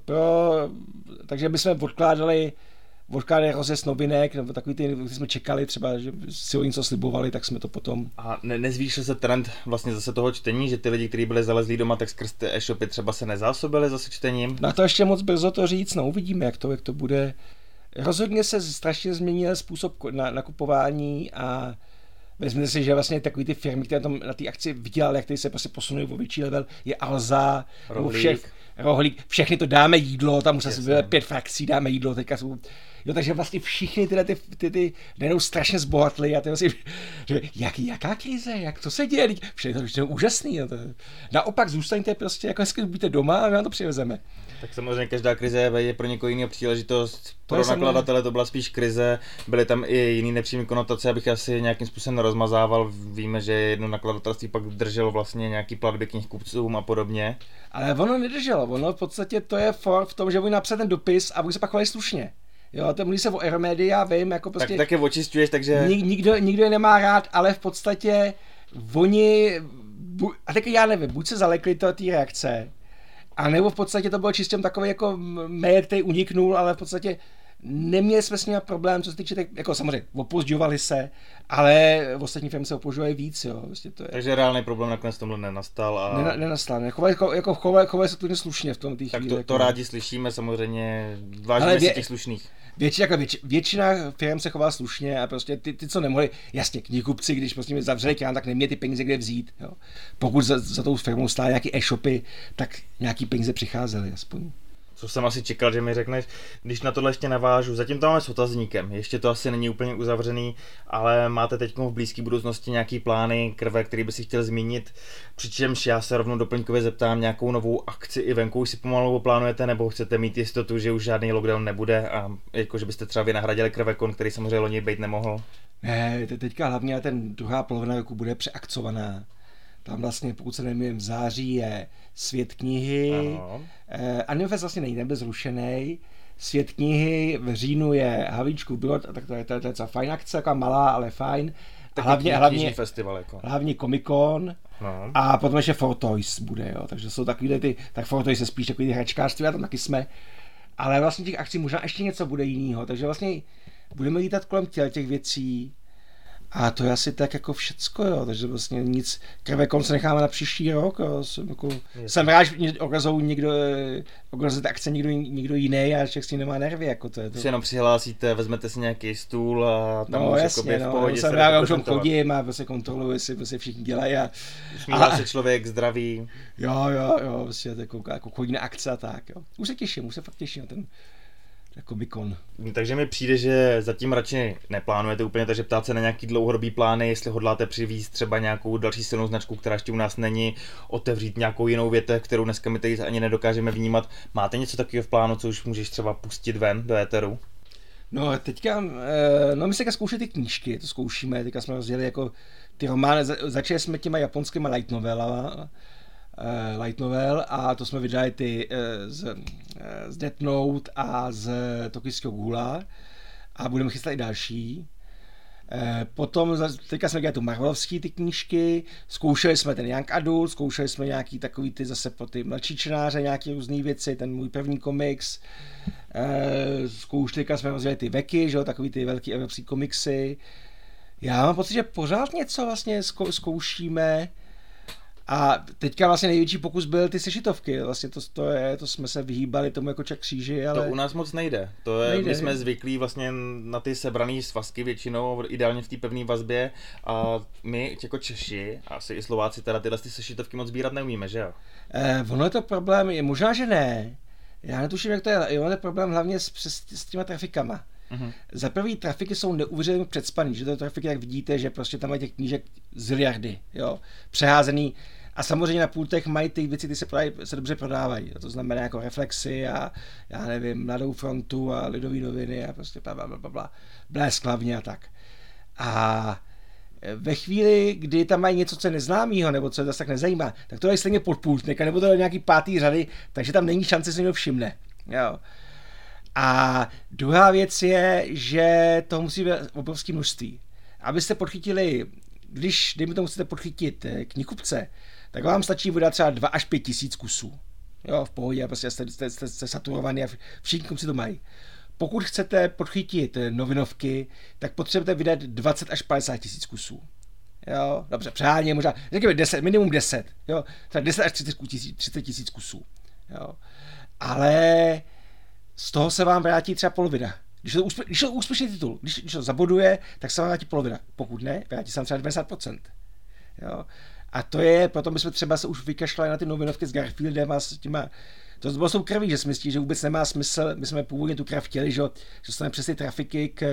Takže bychom odkládali rozjezd novinek, nebo takový ty, když jsme čekali třeba, že si o něco slibovali, tak jsme to potom... A nezvýšil se trend vlastně zase toho čtení, že ty lidi, kteří byli zalezlí doma, tak skrz ty e-shopy třeba se nezásobili zase čtením? Na to ještě moc brzo to říct, no uvidíme, jak to bude. Rozhodně se strašně změnil způsob nakupování a vezměte si, že vlastně takový ty firmy, které tam na té akci vydělaly, jak se prostě posunují o větší level, je Alza, Rohlík, všechny to dáme jídlo, tam už asi bylo 5 frakcí, dáme jídlo, teďka jsou... Jo, takže vlastně všichni tyhle ty najednou strašně zbohatli a ty vlastně, že jaká krize, jak to se děje, všechno to je úžasný. Jo, naopak zůstaňte prostě, jako hezky budete doma a my vám to přivezeme. Tak samozřejmě každá krize je pro někoho jiného příležitost. Pro nakladatele to byla spíš krize, byly tam i jiný nepřímý konotace, abych asi nějakým způsobem nerozmazával. Víme, že jedno nakladatelství pak drželo vlastně nějaký platby knihkupcům a podobně. Ale ono nedrželo, ono v podstatě to je v tom, že oni napsat ten dopis a oni se pak chovali slušně. Jo, to mluví se o Aeromedia, vím, jako prostě... Tak je očisťuješ, takže... Nikdo je nemá rád, ale v podstatě oni... A tak já nevím, buď se zalekli té reakce, a nebo v podstatě to bylo čistě takový jako mail, který uniknul, ale v podstatě neměli jsme s ním problém, co se týče, jako samozřejmě opožďovali se, ale v ostatní firmy se opožďovali víc, jo. Vlastně to je... Takže reálný problém nakonec tomhle nenastal a... Nenastal, chovali se to slušně v tom těch chvíli. Tak to rádi slyšíme, samozřejmě vážíme si těch slušných. Většina firm se chovala slušně a prostě ty co nemohli, jasně, knihkupci, když prostě mi zavřeli krám, tak neměli ty peníze kde vzít. Jo. Pokud za tou firmou stály nějaký e-shopy, tak nějaký peníze přicházely aspoň. Co jsem asi čekal, že mi řekneš, když na tohle ještě navážu. Zatím to máme s otazníkem, ještě to asi není úplně uzavřený, ale máte teď v blízké budoucnosti nějaký plány krve, který by si chtěl zmínit, přičemž já se rovnou doplňkově zeptám, nějakou novou akci i venku už si pomalu plánujete, nebo chcete mít jistotu, že už žádný lockdown nebude a jako, že byste třeba vynahradili Krvekon, který samozřejmě loni být nemohl? Ne, teďka hlavně ten druhá polovina roku bude přeakcovaná. Tam vlastně, pokud se nemýlím, v září je Svět knihy, Animefest vlastně nebude zrušený, Svět knihy, v říjnu je Havlíčkův Brod, tak to je docela fajn akce, taková malá, ale fajn. Hlavně festival jako. Hlavně Comic-Con a potom ještě For Toys bude, jo, takže jsou takový tak For Toys je spíš takový hračkářství a tam taky jsme, ale vlastně těch akcí možná ještě něco bude jinýho, takže vlastně budeme lítat kolem těch věcí A to je asi tak jako všecko, jo, takže vlastně nic, krvekonce necháme na příští rok, jo, jsem rád, že organizuje akce někdo jiný a člověk s tím nemá nervy, jako to je to. Si jenom přihlásíte, vezmete si nějaký stůl a tam už jasně, v pohodě jsem rád, že chodím a prostě kontroluji, jestli prostě všichni dělají a usmívá se člověk zdraví. Jo, prostě jako chodí na akce a tak, jo. Už se fakt těším na ten jako Bikon. Takže mi přijde, že zatím radši neplánujete úplně, takže ptát se na nějaký dlouhodobý plány, jestli hodláte přivízt třeba nějakou další silnou značku, která ještě u nás není, otevřít nějakou jinou větev, kterou dneska my tady ani nedokážeme vnímat. Máte něco takového v plánu, co už můžeš třeba pustit ven do éteru? No teďka, my se zkoušíme ty knížky, to zkoušíme, teďka jsme rozdělili jako ty romány, začali jsme těma japonskýma light novel a to jsme vydali ty z Death Note a z Tokijského Ghouла a budeme chystat i další. Potom teďka jsme dělali tu marvelovský ty knížky, zkoušeli jsme ten Young Adult, zkoušeli jsme nějaký takový ty zase pro ty mladší čtenáře, nějaké různé věci, ten můj první komiks. Teďka jsme rozdělali ty Veky, že jo, takový ty velký evropský komiksy. Já mám pocit, že pořád něco vlastně zkoušíme. A teďka vlastně největší pokus byl ty sešitovky, vlastně to jsme se vyhýbali tomu jako čak kříži, ale... To u nás moc nejde, my jsme zvyklí vlastně na ty sebrané svazky většinou, ideálně v té pevné vazbě a my jako Češi, a asi i Slováci teda tyhle ty sešitovky moc sbírat neumíme, že jo? Ono je to problém, možná, že ne, já netuším, jak to je, ono je problém hlavně s těma trafikama. Mm-hmm. Za prvý trafiky jsou neuvěřitelně předspaný, že to je trafiky, jak vidíte, že prostě tam mají těch knížek ziliardy, jo, přeházený a samozřejmě na pultech mají ty věci, ty se dobře prodávají, to znamená jako Reflexy a já nevím, Mladou frontu a Lidové noviny a prostě blablabla, Blesk hlavně a tak. A ve chvíli, kdy tam mají něco, co je neznámýho, nebo co je zase tak nezajímá, tak to je stejně pod pultnek, nebo to je nějaký pátý řady, takže tam není šance, že se někdo všimne, jo. A druhá věc je, že toho musí být obrovské množství. Abyste podchytili, když, dejme tomu, chcete podchytit knihkupce, tak vám stačí vydat třeba 2 až 5 tisíc kusů. Jo, v pohodě, prostě jste saturovaný a všichni kupci to mají. Pokud chcete podchytit novinovky, tak potřebujete vydat 20 až 50 tisíc kusů. Jo, dobře, přeháně, možná, řekněme 10, minimum 10, jo, třeba 10 až 30 tisíc kusů. Jo. Ale z toho se vám vrátí třeba polovina. Když je to úspěšný titul, když to zaboduje, tak se vám vrátí polovina. Pokud ne, vrátí se vám třeba 90%. Jo. A to je, potom bychom třeba se už vykašlali na ty novinovky s Garfieldem a s těma, to bylo jsou krví, že jsme myslí, že vůbec nemá smysl, my jsme původně tu krev chtěli, že dostaneme přes ty trafiky k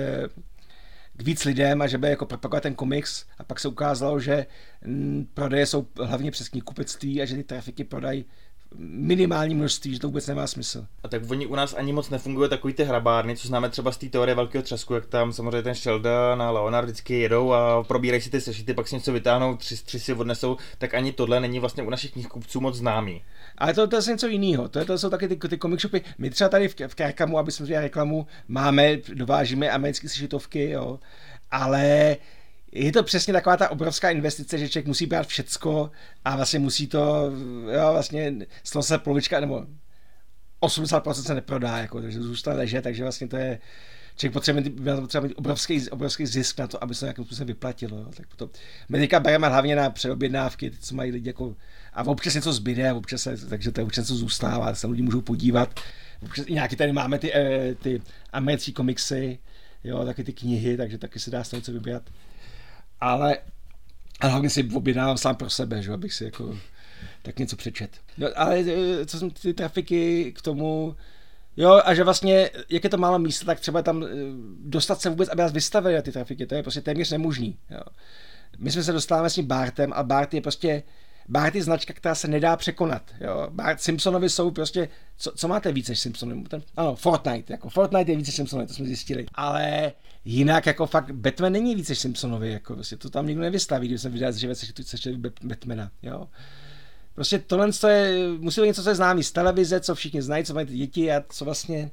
víc lidem a že bude jako propagovat ten komiks a pak se ukázalo, že prodeje jsou hlavně přes knihkupectví a že ty trafiky prodají minimální množství, že to vůbec nemá smysl. A tak oni u nás ani moc nefungují takový ty hrabárny, co známe třeba z té teorie velkého třesku, jak tam samozřejmě ten Sheldon a Leonard vždycky jedou a probírají si ty sešity, pak si něco vytáhnou, tři si odnesou, tak ani tohle není vlastně u našich knihkupců moc známý. Ale to je něco jiného, to jsou taky ty comic shopy. My třeba tady v Krkamu, aby jsme dělali reklamu, dovážíme americké sešitovky, jo, ale je to přesně taková ta obrovská investice, že člověk musí brát všecko a vlastně musí to, jo, vlastně z toho se polovička, nebo 80% se neprodá, jako, takže zůstane ležet, takže vlastně to je, člověk potřebuje mít obrovský zisk na to, aby se to nějakým způsobem vyplatilo. Jo. Tak potom, my teďka bereme hlavně na předobjednávky, ty, co mají lidi jako, a občas něco zbyde, takže to občas něco zůstává, se lidi můžou podívat. Občas nějaký tady máme ty americké komiksy, jo, taky ty knihy, takže taky se dá z toho něco vybírat. Ale hlavně si objednávám sám pro sebe, že abych si jako tak něco přečet. No, ale co jsem ty trafiky k tomu, jo, a že vlastně, jak je to málo místa, tak třeba tam dostat se vůbec, aby nás vystavili na ty trafiky, to je prostě téměř nemožný. Jo. My jsme se dostáváme s tím Bartem a Bart je značka, která se nedá překonat. Jo. Simpsonovi jsou prostě, co máte víc než Simpsonovi? Ano, Fortnite je víc než Simpsonovi, to jsme zjistili. Ale jinak jako fakt Batman není víc než Simpsonovi, jako prostě to tam nikdo nevystaví, když jsem viděl, že se Batmana, jo. Prostě tohle musí být něco, co je známý z televize, co všichni znají, co mají ty děti a co vlastně,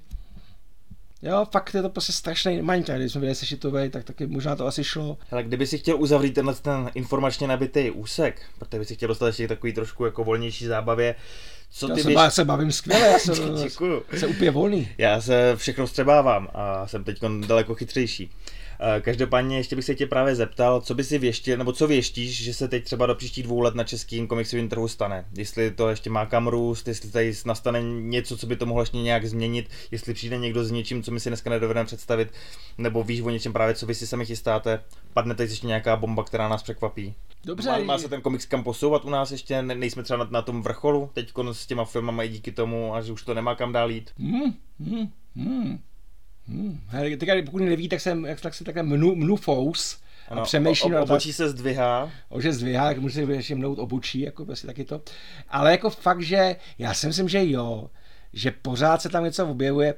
jo, fakt je to prostě strašný Minecraft, když jsme viděli sešitovej, tak taky možná to asi šlo. Ale kdyby si chtěl uzavřít ten informačně nabitý úsek, protože by si chtěl dostat ještě takový trošku jako volnější zábavě, já se bavím skvěle, já jsem úplně volný. Já se všechno vstřebávám a jsem teď daleko chytřejší. Každopádně ještě bych se tě právě zeptal, co by si věštil, nebo co věštíš, že se teď třeba do příštích 2 let na českým komiksovém trhu stane. Jestli to ještě má kam růst, jestli tady nastane něco, co by to mohlo ještě nějak změnit, jestli přijde někdo s něčím, co my si dneska nedovedeme představit, nebo víš o něčem právě, co vy si sami chystáte, padne teď ještě nějaká bomba, která nás překvapí. Dobře. Má se ten komiks kam posouvat u nás ještě, nejsme třeba na tom vrcholu, teď s těma filmama i díky tomu, a že už to nemá kam dál jít. Hele, teďka, pokud neví, tak se takhle mnu fous a přemýšlím. Obočí se zdvihá. Že zdvihá, tak může se ještě mnout obočí, jako prostě taky to. Ale jako fakt, že já si myslím, že jo, že pořád se tam něco objevuje.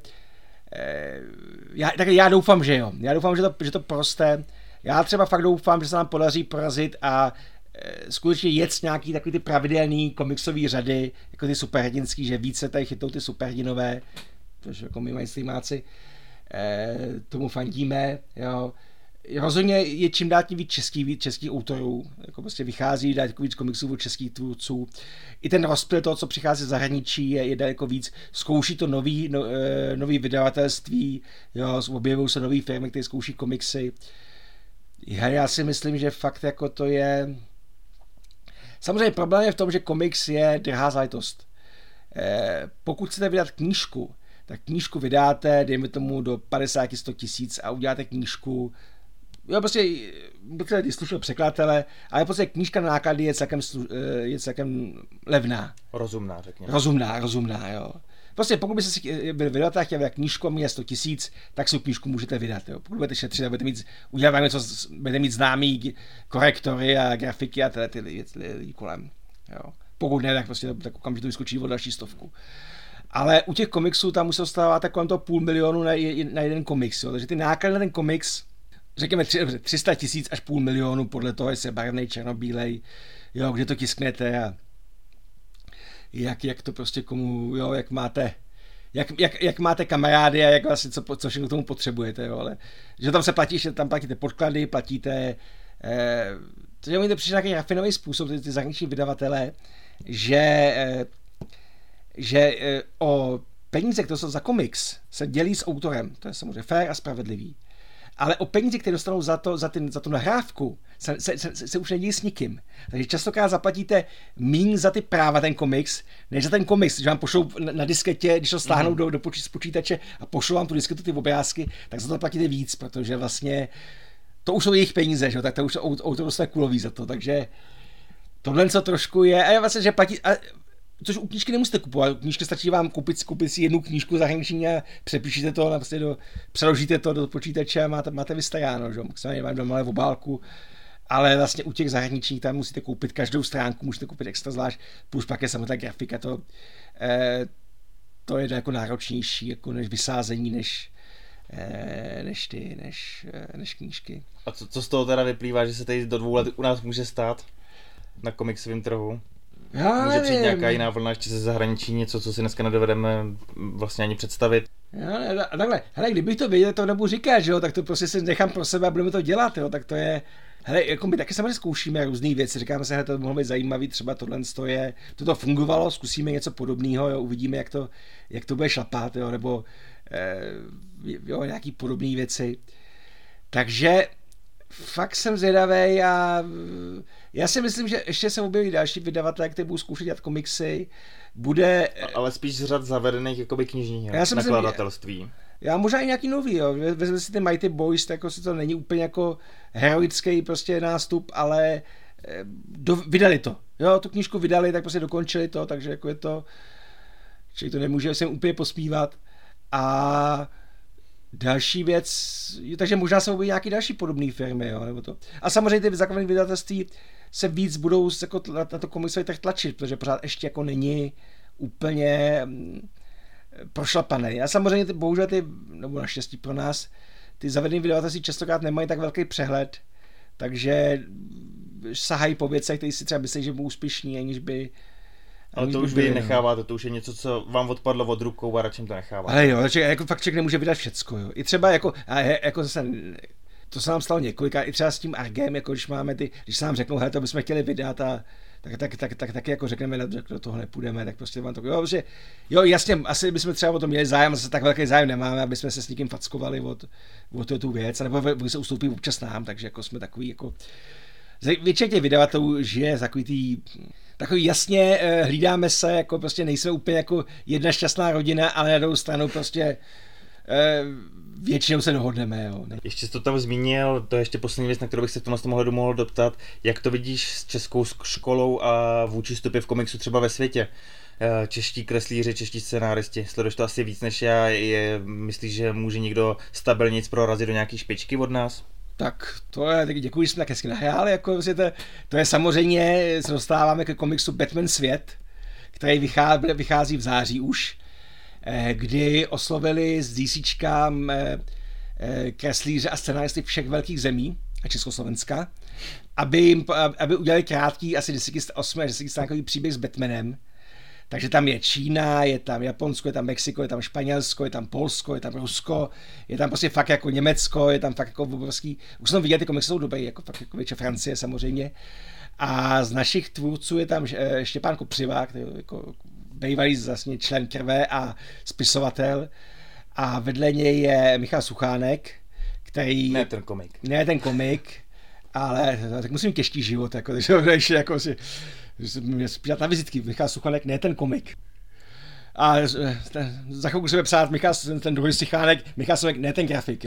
Já doufám, že jo. Já doufám, že to poroste. Já třeba fakt doufám, že se nám podaří porazit a skutečně jet nějaký takový ty pravidelný komiksový řady, jako ty superhrdinský, že více tady chytou ty superhrdinové, protože jako my mainstreamáci tomu fandíme, jo. Rozhodně je čím dál tím víc českých autorů, jako prostě vychází daleko víc komiksů od českých tvůrců. I ten rozptyl toho, co přichází z zahraničí, je daleko víc. Zkouší to nový vydavatelství, jo, objevují se nový firmy, které zkouší komiksy. Já si myslím, že fakt jako to je... Samozřejmě problém je v tom, že komiks je drahá záležitost. Pokud chcete vydat knížku, tak knížku vydáte, dejme tomu do 50-100 tisíc a uděláte knížku, jo, prostě slušného překladatele, ale prostě knížka na náklady je celkem levná. Rozumná, řekněme. Rozumná, jo. Prostě pokud byste si byl vydavatel a chtěl vydat knížku a měl 100 tisíc, tak si tu knížku můžete vydat. Jo. Pokud budete šetřit a budete mít známý korektory a grafiky a ty věci kolem. Jo. Pokud ne, tak prostě tak okamžitě vyskočí o další 100. Ale u těch komiksů tam už se dostáváte kolem toho 500 000 na jeden komiks. Jo. Takže ty náklady na ten komiks, řekněme 300 tisíc až 500 000 podle toho, jestli je barevnej, černobílej, jo, kde to tisknete a jak to prostě komu, jo, jak máte kamarády a jak vlastně co všechno k tomu potřebujete, jo, ale že tam se platí, že tam platíte podklady, platíte, takže oni to přišli nějaký rafinový způsob, ty zahraniční vydavatelé, že o peníze, které jsou za komiks, se dělí s autorem, to je samozřejmě fair a spravedlivý. Ale o peníze, které dostanou za tu nahrávku, se už nedělí s nikým. Takže častokrát zaplatíte míň za ty práva ten komiks, než za ten komiks. Když vám pošlou na disketě, když to stáhnou do počítače a pošlou vám tu disketu, ty obrázky, tak za to platíte víc, protože vlastně to už jsou jejich peníze, že? Tak to už autor dostane kulový za to. Takže tohle co trošku je, a je vlastně, že platí... Což u knížky nemusíte kupovat. U knížky stačí vám koupit si jednu knížku zahraniční a přepíšete to, vlastně přeložíte to do počítače a máte vystaráno, že? Maximálně vám do malé obálku, ale vlastně u těch zahraničních tam musíte koupit každou stránku, můžete koupit extra zvlášť, plus pak je samotná grafika, to je jako náročnější jako než vysázení, než knížky. A co z toho teda vyplývá, že se tady do 2 let u nás může stát na komiksovém trhu? Může přijít nějaká jiná vlna ještě ze zahraničí, něco, co si dneska nedovedeme vlastně ani představit. A takhle, hele, kdybych to věděl, to nebudu říkat, že jo, tak to prostě si nechám pro sebe a budeme to dělat, jo, tak to je, hele, jako my taky samozřejmě zkoušíme různé věci, říkáme se, hele, to mohlo být zajímavý, třeba tohle to fungovalo, zkusíme něco podobného, jo, uvidíme, jak to bude šlapat, jo, nebo jo, nějaký podobné věci. Takže fakt jsem zvědavý a já si myslím, že ještě se objeví další vydavatelé, kteří budou zkoušet dělat komiksy. Bude... Ale spíš z řad zavedených jakoby knižních nakladatelství. Já možná i nějaký nový, jo. Vezme si ty Mighty Boys, tak jako si to není úplně jako heroický prostě nástup, ale vydali to. Jo, tu knížku vydali, tak prostě dokončili to, takže jako je to, člověk to nemůže se úplně posmívat. A další věc, takže možná se objeví nějaký další podobné firmy, jo, nebo to. A samozřejmě ty základní vydavatelství se víc budou jako na to komiksový trh tlačit, protože pořád ještě jako není úplně prošlapaný. A samozřejmě bohužel nebo naštěstí pro nás, ty zavedené vydavatelství častokrát nemají tak velký přehled, takže sahají po věcech, které si třeba myslí, že budou úspěšní, aniž by... Ale to už vy necháváte, to už je něco, co vám odpadlo od rukou a radši to necháváte. Ale jo, jako fakt člověk nemůže vydat všecko, jo. I třeba jako zase, to se nám stalo několikrát, i třeba s tím Argem, jako když se nám řeknou, hele, to bychom chtěli vydat a tak jako řekneme, že do toho nepůjdeme, tak prostě vám to, jo, jasně, asi bychom třeba o tom měli zájem, zase tak velký zájem nemáme, aby jsme se s někým fackovali o tu věc, nebo se ustoupí občas nám, takže jako jsme takový, jako většině těch vydavatelů žije takový jasně, hlídáme se, jako prostě nejsme úplně jako jedna šťastná rodina, ale na druhou stranu prostě většinou se dohodneme. Jo. Ještě jsi to tam zmínil, to je ještě poslední věc, na kterou bych se v tomhle ohledu mohl doptat. Jak to vidíš s českou školou a vůči stopě v komiksu třeba ve světě? Čeští kreslíři, čeští scénáristi, sleduješ to asi víc než já, myslíš, že může někdo stabilnějc prorazit do nějaký špičky od nás? Tak to je, děkuji, že jsme tak hezky nahráli, jako to je samozřejmě, se dostáváme ke komiksu Batman Svět, který vychází v září už, kdy oslovili s DCčka kreslíře a scenáristy všech velkých zemí a Československa, aby udělali krátký, asi 8 až 10 stránkový příběh s Batmanem. Takže tam je Čína, je tam Japonsko, je tam Mexiko, je tam Španělsko, je tam Polsko, je tam Rusko, je tam prostě fakt jako Německo, je tam fakt jako obrovský, už jsem viděl, ty komiksy jsou dobrý, jako fakt jako většině Francie samozřejmě. A z našich tvůrců je tam Štěpán Kopřiva, který jako bývalý vlastně člen Krve a spisovatel. A vedle něj je Michal Suchánek, který... Ne ten komik, ale tak musím mít těžký život, jako, takže jako si... Mě spílat na vizitky, Michal Suchanek, ne ten komik. A za chvilku se bude psát ten druhý Suchanek, Michal Suchanek, ne ten grafik.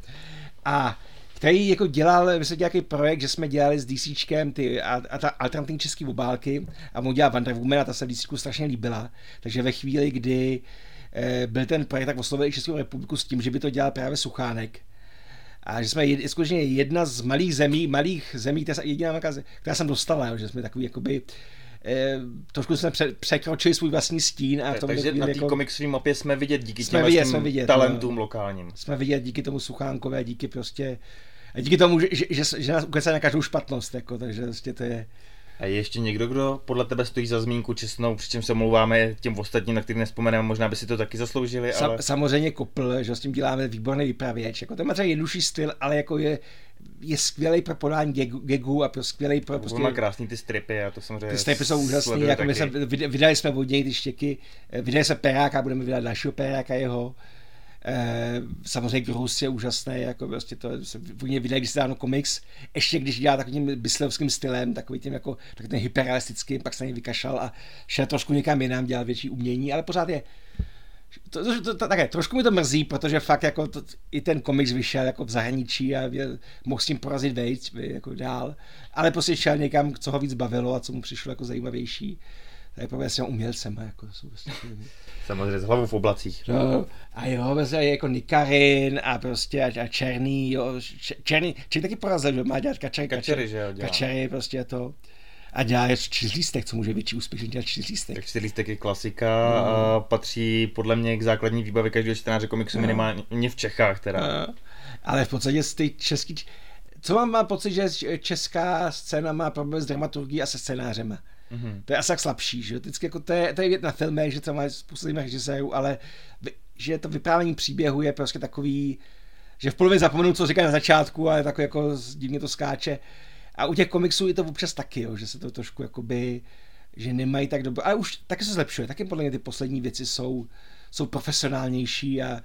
A který jako dělal, my jsme dělali projekt, že jsme dělali s DCčkem a ta alternativní český obálky a on dělal Wonder Woman a ta se DCčku strašně líbila. Takže ve chvíli, kdy byl ten projekt, tak oslovil i Českou republiku s tím, že by to dělal právě Suchánek. A že jsme skutečně jedna z malých zemí, jediná, která jsem dostala, že jsme takový jakoby trošku jsme překročili svůj vlastní stín. Takže na té jako, komiksové mapě jsme vidět díky těm talentům lokálním. Jsme vidět díky tomu Suchánkovi a díky prostě, a díky tomu, že nás ukecají na každou špatnost, jako, takže prostě to je... A je ještě někdo, kdo podle tebe stojí za zmínku čestnou, přičemž se omlouváme těm ostatním, na který nespomeneme, možná by si to taky zasloužili, ale... Samozřejmě Kopl, že s tím děláme výborný vypravěč, jako to má třeba jednodušší styl, ale jako je skvělý pro podání gagů a skvělý pro prostě... má krásný ty stripy a to samozřejmě... Ty stripy jsou úžasný, jako vydali jsme od něj ty štěky, vydali jsme Peráka, budeme vydat dalšího Peráka jeho. Samozřejmě Grus je úžasný, jako prostě to oni vydají, když se dá komiks, ještě když dělá takovým bisleovským stylem, takový tím jako takový hyperrealistickým, pak se na něj vykašlal a šel trošku někam jinam, dělal větší umění, ale pořád je také, trošku mi to mrzí, protože fakt jako i ten komiks vyšel jako v zahraničí a mohl s tím porazit vejc, jako dál, ale prostě šel někam, co ho víc bavilo a co mu přišlo jako zajímavější. Tak je s těm umělcem, jako jsou prostě... Samozřejmě s hlavou v oblacích. No, a jo, je jako Nikarin a prostě a Černý, jo, Černý taky porazil, že má dělat kačery, že jo, dělá. Kačery, prostě to. A dělá Čtyřlístek, co může větší úspěch, že dělá Čtyřlístek. Tak Čtyřlístek je klasika a patří podle mě k základní výbavě každého čtenáře komiksu, minimálně v Čechách teda. Ale v podstatě z ty český... Co mám pocit, že česká scéna má problém s dramaturgií a se scénářema. To je asi tak slabší, že vždycky jako to je věc na filmech, že to má spoustu režisérů, ale že to vyprávění příběhu je prostě takový, že v polovině zapomenu, co říká na začátku, ale takový jako divně to skáče. A u těch komiksů je to občas taky, jo, že se to trošku jakoby, že nemají tak dobře, ale už taky se zlepšuje, taky podle mě ty poslední věci jsou profesionálnější a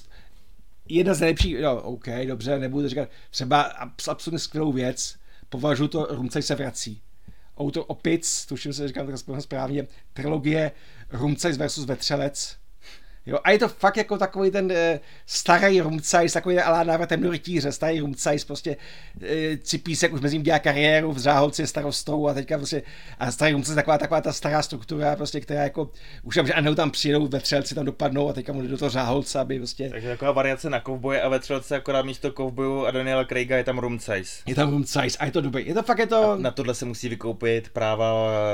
jedna z nejlepších, no OK, dobře, nebudu říkat, třeba absolutně skvělou věc, považuji to Rumcaj se vrací. Autor Opic, tuším se, říkám tak správně, trilogie Rumcajs versus Vetřelec. Jo, a je to fakt jako takový ten starý Rumcajs, takový alá návrat temného rytíře, starý Rumcajs, prostě Cipísek už mezi ním dělá kariéru, v Záholci je starostou a teďka prostě, a starý Rumcajs taková ta stará struktura, prostě, která jako, už že ano, tam přijedou, Vetřelci tam dopadnou a teďka mu jde do toho Záholce, aby prostě... Takže taková variace na kovboje a Vetřelce, akorát místo kovbojů a Daniela Craiga je tam Rumcajs. Je tam Rumcajs a je to dobrý, je to fakt, je to... A na tohle se musí vykoupit práva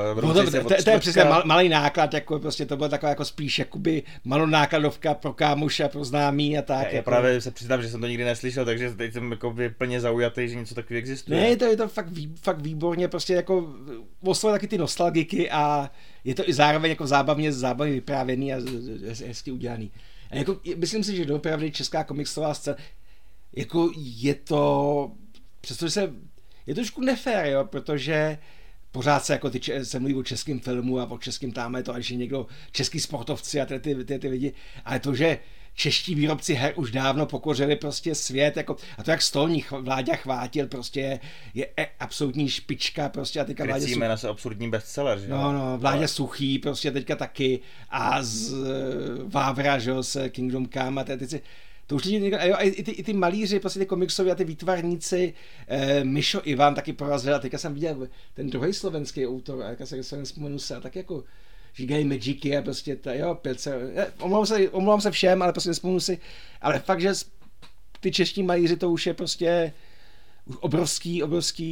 to je přesně malý náklad, jako prostě to bylo taková jako spíš jakoby nákladovka pro kámoše, pro známý a tak. Já jako... právě se přiznám, že jsem to nikdy neslyšel, takže teď jsem jako plně zaujatý, že něco takového existuje. Ne, je to fakt výborně, prostě jako oslovuje taky ty nostalgiky a je to i zároveň jako zábavně vyprávěný a hezky udělaný. A jako, myslím si, že doopravdy česká komiksová scéna, jako je to, přestože je to trošku nefér, jo, protože pořád se jako se mluví o českém filmu a o českém tamhle to, až je někdo český sportovci a ty lidi, ale to, že čeští výrobci her už dávno pokořili prostě svět, jako, a to jak stolní Vláďa Chvátil prostě je absolutní špička prostě a teďka Vláďa jména se absurdní bestseller, že? No, Vláďa Suchý prostě teďka taky a z Vávra, že jo, s Kingdom Come a teď si to už i ty malíři, prostě ty komiksoví a ty výtvarníci, Mišo Ivan taky porazil a teďka jsem viděl ten druhý slovenský autor, a teďka se nespomenu se, a tak jako říkají Magicy a prostě omlouvám se všem, ale prostě nespomenu si, ale fakt, že ty čeští malíři to už je prostě obrovský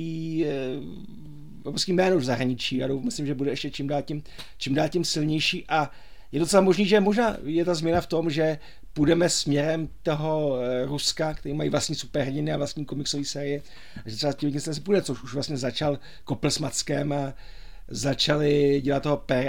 jméno v zahraničí a myslím, že bude ještě čím dál tím silnější a je docela možný, že možná je ta změna v tom, že půjdeme směrem toho Ruska, který mají vlastní superhrdiny a vlastní komiksové série, že třeba tím se půjde, což už vlastně začal Koppel s Mackem a začali dělat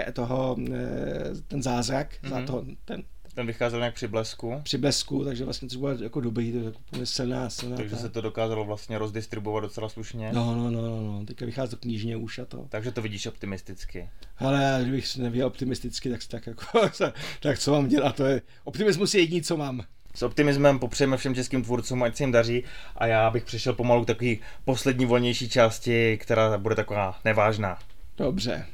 ten zázrak, ten vycházel nějak při blesku, takže vlastně to bylo jako dobrý, to je jako silná. Takže se to dokázalo vlastně rozdistribuovat docela slušně. No, teďka vychází to knižně už a to. Takže to vidíš optimisticky. Ale kdybych nevěděl optimisticky, tak co mám dělat, optimismus je jediný, co mám. S optimismem popřejeme všem českým tvůrcům, ať se jim daří a já bych přešel pomalu k takové poslední volnější části, která bude taková nevážná. Dobře.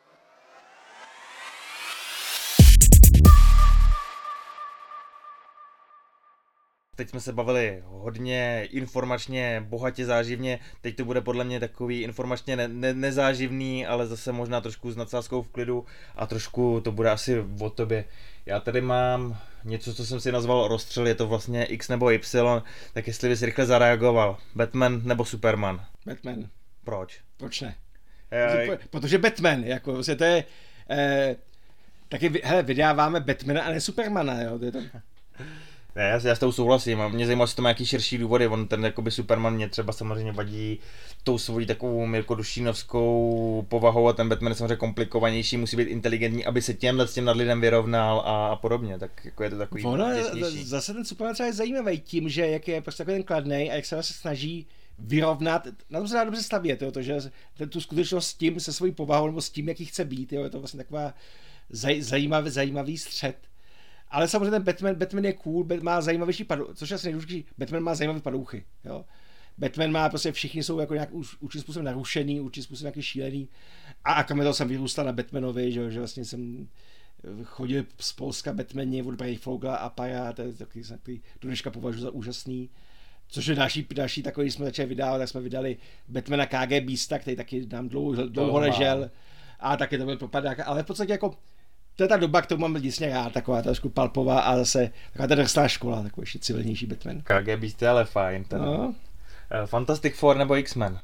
Teď jsme se bavili hodně informačně, bohatě záživně, teď to bude podle mě takový informačně nezáživný, ale zase možná trošku s nadsázkou v klidu a trošku to bude asi o tobě. Já tady mám něco, co jsem si nazval rozstřel, je to vlastně X nebo Y, tak jestli bys rychle zareagoval, Batman nebo Superman? Batman. Proč? Proč ne? Protože Batman, jako vlastně to je, taky, hele, vydáváme Batmana a ne Supermana, jo, to je to. Ne, já s tou souhlasím a mě zajímá, jestli to má jaký širší důvody, on ten jakoby Superman mě třeba samozřejmě vadí tou svojí takovou milkodušínovskou povahou a ten Batman je samozřejmě komplikovanější, musí být inteligentní, aby se s tím nad lidem vyrovnal a podobně, tak jako je to takový těsnější. Zase ten Superman třeba je zajímavý tím, že jak je prostě takový ten kladnej a jak se vlastně snaží vyrovnat, na tom se dá dobře stavět, jo, to, že tu skutečnost s tím, se svojí povahou nebo s tím, jaký chce být, jo, je to vlastně taková zajímavý střed. Ale samozřejmě ten Batman je cool, má zajímavější což je asi nejdůležitější, Batman má zajímavé padouchy, jo. Batman má prostě, všichni jsou jako nějak určitým způsobem narušený, určitým způsobem nějaký šílený. A to jsem vyrůstal na Batmanovi, že vlastně jsem chodil z Polska Batmani od Breyfogla a Para, to je takový do dneška považuji za úžasný. Což je další takový, když jsme začali vydávat, tak jsme vydali Batmana KG Beasta, který taky nám dlouho ležel. A taky to byl propadák, ale v podstatě jako to je ta doba, kterou mám děsně rád, taková trošku palpová a zase taková ta drsná škola, takový ještě civilnější Batman. KG Beast je ale fajn. No. Fantastic Four nebo X-Men?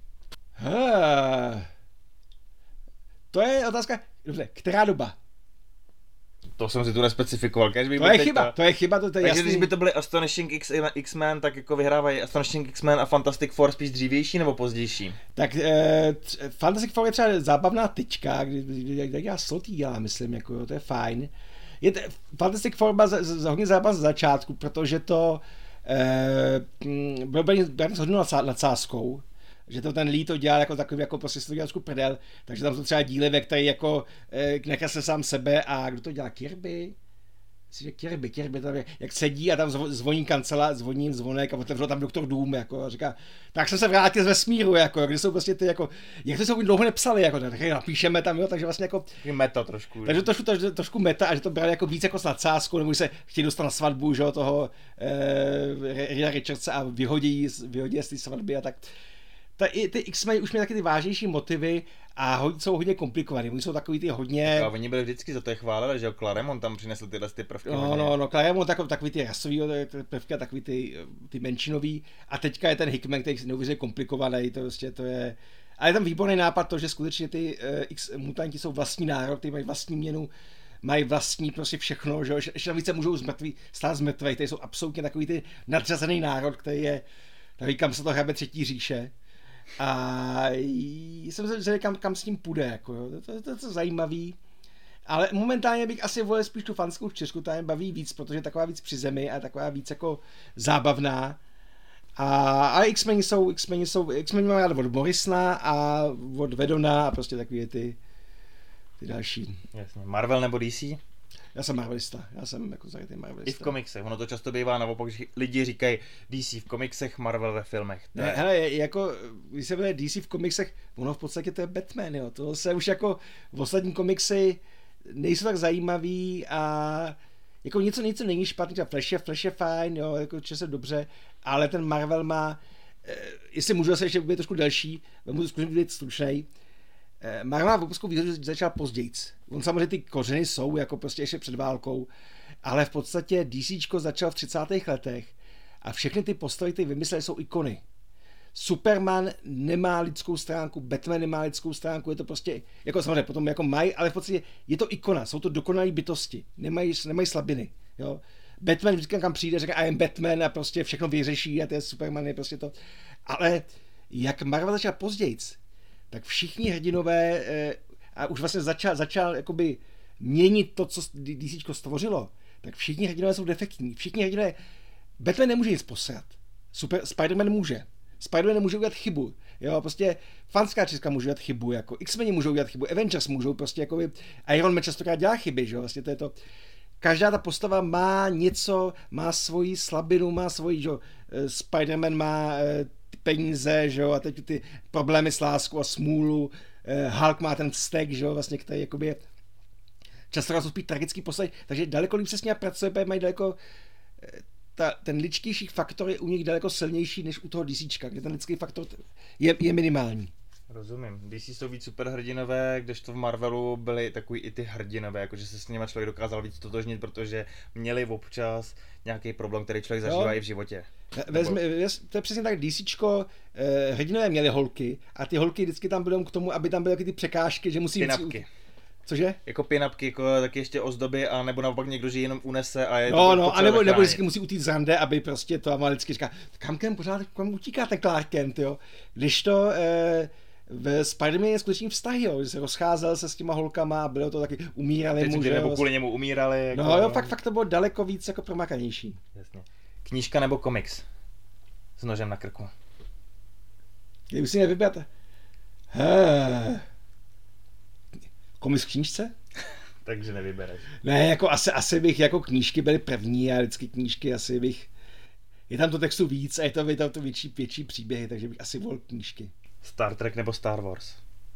To je otázka, dobře, která doba? To jsem si tu nespecifikoval. To je chyba, to je jasný. Takže když by to byly Astonishing X-Men, tak jako vyhrávají Astonishing X-Men a Fantastic Four spíš dřívější nebo pozdější? Tak Fantastic Four je třeba zábavná tyčka, kdy já slotý dělá, myslím, jako, to je fajn. Fantastic Four má hodně zábavná z začátku, protože to bylo s hodnou nadsázkou, že to ten Lee to dělal jako takový, jako prostě si to dělal prdel, takže tam jsou třeba díly, ve které jako nechá se sám sebe a kdo to dělá? Kirby, tam je, jak sedí a tam zvoní kancelář, zvoní zvonek a otevřel tam Doktor Doom, jako a říká, tak jsem se vrátil z vesmíru, jako, kde jsou prostě ty, jako, jak to se dlouho nepsali, jako, tak napíšeme tam, jo, takže vlastně jako meta trošku. Takže trošku meta a že to brali jako víc jako s nadsázkou, nebo se chtějí dostat na svatbu, že jo, toho Rida Richardsa a vyhodí z té svatby a tak. Ty X-Men už měly taky ty vážnější motivy a jsou hodně komplikovaný. Oni jsou takový ty hodně... A oni byli vždycky za to je chválili, že jo, Claremont tam přinesl tyhle prvky. No, Claremont takový ty rasový prvky a takový ty menšinový. A teďka je ten Hickman, který je neuvěřitelně komplikovaný, to je... Ale je tam výborný nápad to, že skutečně ty mutanti jsou vlastní národ, ty mají vlastní měnu, mají vlastní prostě všechno, že jo, ještě navíc se můžou stát z mrtvých, tady jsou absolutně takový ty nadřazený národ, který je, takový kam se to hrabe třetí říše. A jsem se říkal, kam s tím půjde, jako, to je zajímavý. Ale momentálně bych asi volil spíš tu fanskou čtyřku, ta mě baví víc, protože je taková víc při zemi a taková víc jako zábavná. A X-meni mám rád od Morrisona a od Vedona a prostě takový ty další. Jasně. Marvel nebo DC? Já jsem marvelista, já jsem jako zarytý marvelista. I v komiksech, ono to často bývá naopak, že lidi říkají DC v komiksech, Marvel ve filmech. Ne, hele, jako, když se bude DC v komiksech, ono v podstatě to je Batman, jo, to se už jako v ostatní komiksy nejsou tak zajímavý a jako něco není špatný, třeba Flash je fajn, jo, jako časem dobře, ale ten Marvel má, jestli můžu se ještě být trošku delší, můžu zkusit být stručnej, Marvel má obrovskou výhodu, že začal později. On samozřejmě ty kořeny jsou jako prostě ještě před válkou, ale v podstatě DCčko začal v 30. letech a všechny ty postavy, ty vymysleli, jsou ikony. Superman nemá lidskou stránku, Batman nemá lidskou stránku, je to prostě, jako samozřejmě potom jako mají, ale v podstatě je to ikona, jsou to dokonalé bytosti, nemají slabiny, jo. Batman vždycky kam přijde, řekne I am Batman a prostě všechno vyřeší a to je Superman, je prostě to. Ale jak Marvel začal později, tak všichni hrdinové a už vlastně začal jakoby měnit to, co DCčko stvořilo, tak všichni hrdinové jsou defektní. Všichni hrdinové, Batman nemůže nic posrat. Spider-Man může. Spider-Man nemůže udělat chybu. Jo, prostě fanská česká může udělat chybu, jako X-meni můžou udělat chybu, Avengers můžou prostě jakoby, Iron Man častokrát dělá chyby, že jo, vlastně to je to. Každá ta postava má něco, má svoji slabinu, má svoji, že jo, Spider-Man má peníze, že jo, a teď ty problémy s láskou a smůlu, Hulk má ten vztek, že jo, vlastně, který jakoby je často jsou spíš tragický postavy, takže daleko líp se s ním pracuje, mají daleko ten lidský faktor je u nich daleko silnější než u toho DCčka, kde ten lidský faktor je minimální. Rozumím. DC jsou víc superhrdinové, kdežto v Marvelu byly takový i ty hrdinové, jakože se s nimi člověk dokázal víc totožnit, protože měli občas nějaký problém, který člověk zažívá i v životě. To je přesně tak, DCčko, hrdinové měli holky a ty holky vždycky tam byly k tomu, aby tam byly ty překážky, že musí... Pinapky. Cože? Jako pinapky, jako taky ještě ozdoby, a nebo naopak někdo, že jenom unese a je a nebo vždycky musí utít z rande, aby prostě to a vždycky říká, kam utíká ten Clark Kent, jo? Když to v Spider-Man je skutečný vztah, jo, že se rozcházel se s těma holkama a bylo to taky umírali mu, nebo kvůli němu umírali. Jako, no jo, fakt to bylo daleko víc jako promakanější. Jasně. Knížka nebo komiks? S nožem na krku. Kdyby si nevybrat. Komiks v knížce? Takže nevybereš. Ne, jako asi bych, jako knížky byly první a vždycky knížky asi bych, je tam to textu víc a je to větší příběhy, takže bych asi volil knížky. Star Trek nebo Star Wars?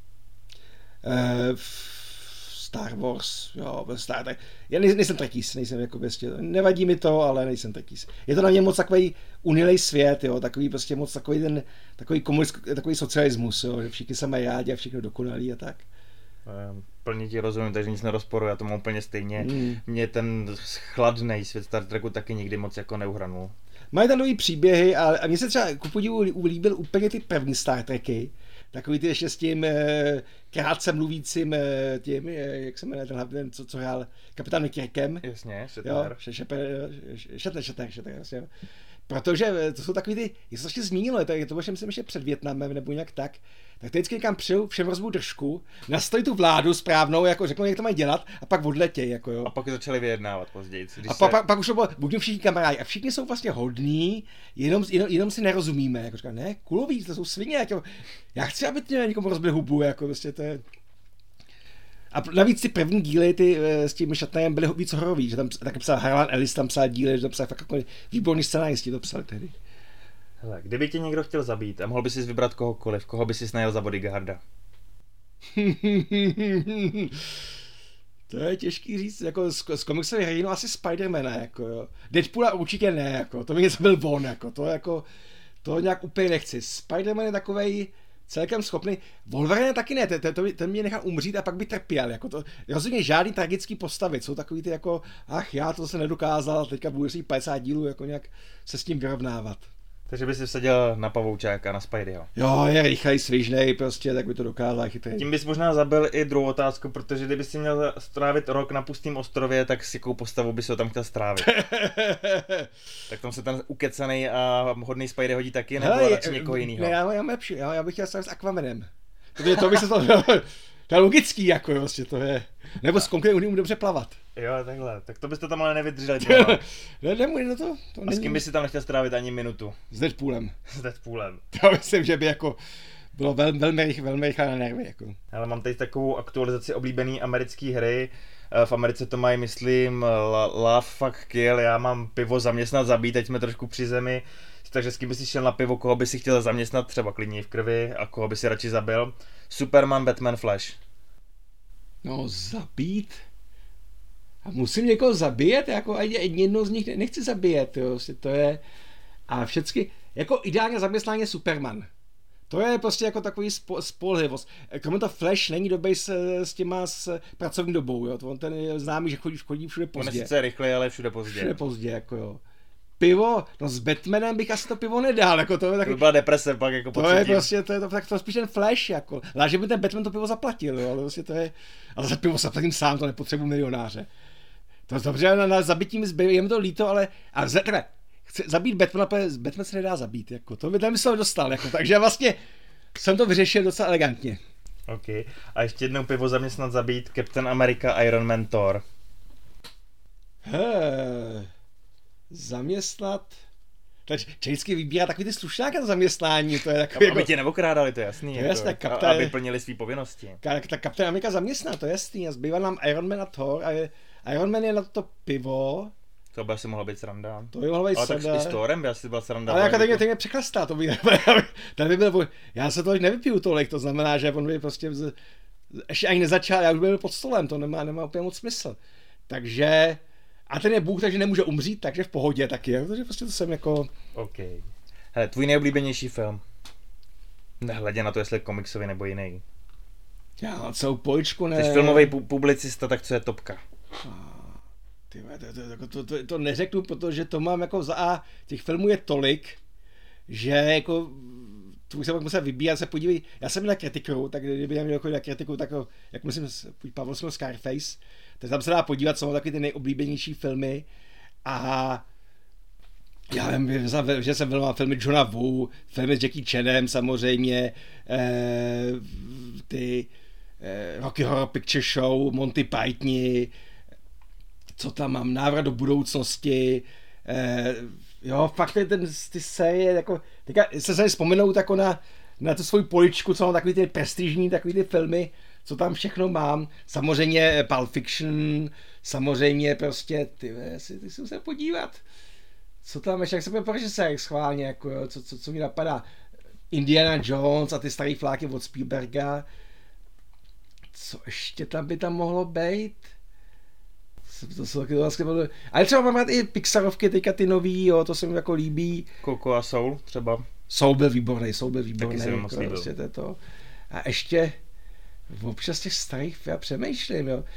Star Wars, jo, Star Trek. Já nejsem trekíz, nejsem jako prostě, nevadí mi to, ale nejsem trekíz. Je to na mě moc takový unilej svět, jo, takový prostě moc takový socialismus, jo, že všichni se mají rádi a všechno dokonalí a tak. Plně ti rozumím, takže nic nerozporuji, já to mám úplně stejně. Mě ten chladnej svět Star Treku taky nikdy moc jako neuhranul. Mají tam nový příběhy a mně se třeba ku podivu líbil úplně ty první Star Treky. Takový ty ještě s tím krátce mluvícím tím, jak se jmenuje ten hlavní, co hrál kapitánem Kirkem. Jasně, Shatner, jasně. Protože to jsou takový ty, je to ještě zmínilo, to bylo myslím ještě před Vietnamem nebo nějak tak to vždycky někam přijou, všem rozbou držku, nastojí tu vládu správnou, jako řeknou, jak to mají dělat a pak odletějí, jako jo. A pak začali vyjednávat později. Pak už to bylo, buďme všichni kamarádi a všichni jsou vlastně hodní, jenom si nerozumíme, jako říká, ne, kuloví, to jsou svině, jako, já chci, aby ty někomu rozbili hubu, jako prostě to je... A navíc ty první díly s tím Shatnerem byly víc hororový, že tam taky psal Harlan Ellis, tam psal díly, že tam psal fakt jako výborný scénáristi, to psali tehdy. Hele, kdyby tě někdo chtěl zabít a mohl by si vybrat kohokoliv, koho by si najel za bodyguarda? To je těžký říct, jako z komiksových hrdinů asi Spidermana, jako jo. Deadpoola určitě ne, jako, to mi něco byl von, jako, to nějak úplně nechci. Spiderman je takovej celkem schopný, Wolverine taky ne, ten mě nechal umřít a pak by trpěl, jako to, rozhodně žádný tragický postavy, jsou takový ty jako, já to se nedokázal, teďka budu si 50 dílů, jako nějak se s tím vyrovnávat. Takže by si vsadil na pavoučáka, na Spideyho. Jo, je rychlej, svižnej prostě, tak by to dokázal chytrej. Tím bys možná zabil i druhou otázku, protože kdyby si měl strávit rok na pustém ostrově, tak s jakou postavou by si ho tam chtěl strávit? Tak tam se ten ukecanej a hodný Spidey hodí taky, nebo radši někoho jinýho? Ne, já mám lepší, já bych chtěl strávit s Aquamanem. To je logický, jako vlastně to je. Nebo s konkrétně umím dobře plavat. Jo, takhle. Tak to byste tam ale nevydrželi. Nemůže to A s kým by si tam nechtěl strávit ani minutu? S Deadpoolem. S Deadpoolem. To myslím, že by jako bylo velmi rychle na nervy. Jako. Ale mám tady takovou aktualizaci oblíbený americké hry. V Americe to mají, myslím, Love, Fuck, Kill. Já mám pivo zaměstnat, zabít, teď jsme trošku při zemi. Takže s kým by si šel na pivo, koho by si chtěl zaměstnat, třeba klidně v krvi, a koho by si radši zabil? Superman, Batman, Flash. No, zabít? A musím někoho zabíjet? Jako ani jednou z nich nechci zabíjet, jo. To je... A všechny, jako ideálně zaměstnání je Superman. To je prostě jako takový spolehlivost. Kromě to Flash není dobrý s těma s pracovní dobou, jo. On ten je známý, že chodí všude pozdě. On je sice rychle, ale všude pozdě. Všude pozdě, jako jo. Pivo, no s Batmanem bych asi to pivo nedal, jako to je taky... To byla deprese pak, jako to je prostě, to je spíš ten Flash, jako. Ale že by ten Batman to pivo zaplatil, jo, ale prostě to je... Ale za pivo zaplatím sám, to nepotřebuji milionáře. To je dobře, na zabitím je mi to líto, ale takhle, zabít Batmana, Batman se nedá zabít, jako, to by tam se dostal, jako, takže vlastně jsem to vyřešil docela elegantně. OK. A ještě jednou pivo zaměstnat, zabít Captain America, Iron Man, Thor. Zaměstnat... Takže vždycky vybírá takový ty slušňáka zaměstnání, to je takový aby tě neokrádali, to je jasný. To je jasné, aby plnili svý povinnosti. Tak Captain America zaměstná, to je jasný. A zbývá nám Iron Man a Thor a Iron Man je na to pivo. To by asi mohla být sranda. To by mohla být sranda. Ale tak i s Thorem by asi byla sranda. Ale jako teď mě přechlastá, to by ten by byl, já se tolik nevypiju tolik, to znamená, že on by prostě ještě ani nezačal, já už byl pod stolem, to nemá úplně moc smysl. Takže a ten je Bůh, takže nemůže umřít, takže v pohodě taky, takže prostě to jsem jako... OK. Hele, tvůj nejoblíbenější film? Nehledě na to, jestli je komiksový nebo jiný. Já mám celou poličku, ne... Jsi filmový publicista, tak co je topka? To neřeknu, protože to mám jako za A, těch filmů je tolik, že jako... Tu se pak musel vybírat, se podívej, já jsem na kritiku, tak kdyby já měl na kritiku, tak jak myslím, Pavel jsme Scarface, tak tam se dá podívat, co jsou taky ty nejoblíbenější filmy a já vím, že jsem filmoval filmy Johna Woo, filmy s Jackie Chanem samozřejmě, ty Rocky Horror Picture Show, Monty Pythoni, co tam mám, Návrat do budoucnosti, jo, fakt je ty série, jako, teďka se vzpomenout jako na tu svoji poličku, co mám takový ty prestižní, takový ty filmy, co tam všechno mám, samozřejmě Pulp Fiction, samozřejmě prostě, ty si musím podívat, co tam ještě, jak se bude po režisérech schválně, jako jo, co mi napadá, Indiana Jones a ty starý fláky od Spielberga, co ještě tam by tam mohlo být? To jsou taky vlastně, ale třeba mám rád i Pixarovky, teďka ty nový, jo, to se mi jako líbí. Coco a Soul třeba? Soul byl výborný, Taky se mi moc líbil. Prostě to. A ještě občas těch starých, já přemýšlím, jo.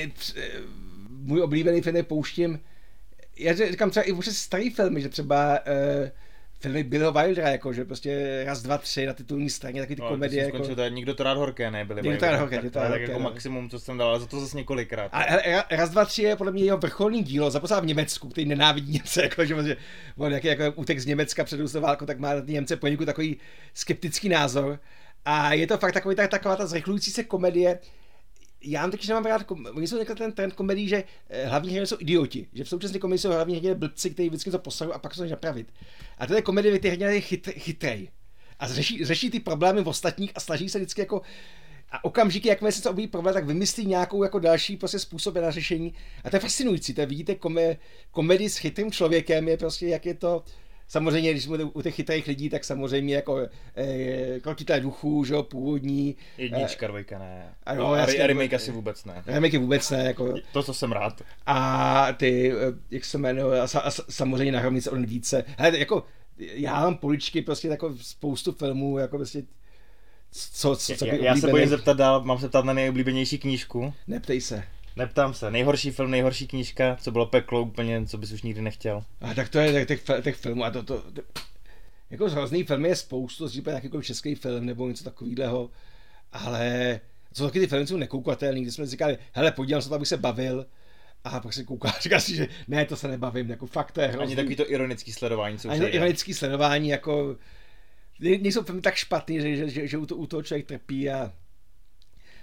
Můj oblíbený film pouštím, já říkám třeba i občas starý filmy, že třeba filmy Billyho Wildera, jako, že prostě raz, dva, tři na titulní straně, taky ty komedie. Jako... Skončil, nikdo to rád horké, ne? Nikdo to rád horké, tak jako maximum, co jsem dal, ale za to zase několikrát. A raz, dva, tři je podle mě jeho vrcholný dílo, zaposlal v Německu, který nenávidí Němce, jako, že on jaký jako útek z Německa před válkou, tak má na ty Němce poněkud takový skeptický názor. A je to fakt taková ta zrychlující se komedie. Já taky nemám rád, oni jsou ten trend komedii, že hlavní hrdinové jsou idioti, že v současné komedii jsou hlavní hrdinové blbci, kteří vždycky to posadou a pak se to napravit. A to je komedie, ty hrdinové je chytrej. A řeší ty problémy v ostatních a snaží se vždycky jako a okamžiky, jakmile se to objeví problém, tak vymyslí nějakou jako další prostě způsob na řešení. A to je fascinující, to vidíte komedii s chytrým člověkem, je prostě jak je to. Samozřejmě, když jsme u těch chytrých lidí, tak samozřejmě jako Krotitelé duchů, že jo, původní. Jednička, dvojka ne. A remake asi vůbec ne. Remake vůbec ne, jako. To, co jsem rád. A ty, jak se jmenuje, a samozřejmě na hromnice on více. Hele, jako, já mám poličky, prostě jako spoustu filmů, jako prostě, co já se bojím zeptat dál, mám se ptát na nejoblíbenější knížku? Neptej se. Neptám se. Nejhorší film, nejhorší knížka, co bylo peklo úplně, co bys už nikdy nechtěl. A tak to je těch filmů a to jako hrozný filmy je spoustu, z nějakýkoliv český film nebo něco takového, ale co taky ty filmy jsou nekoukatelný, když jsme říkali, hele, podívám se to, abych se bavil, a pak se kouká, říká si, že ne, to se nebavím, jako fakt to je hrozný. Ani takový to ironický sledování, co Ani to ironický sledování, jako nejsou filmy tak špatný, že u toho člověk trpí a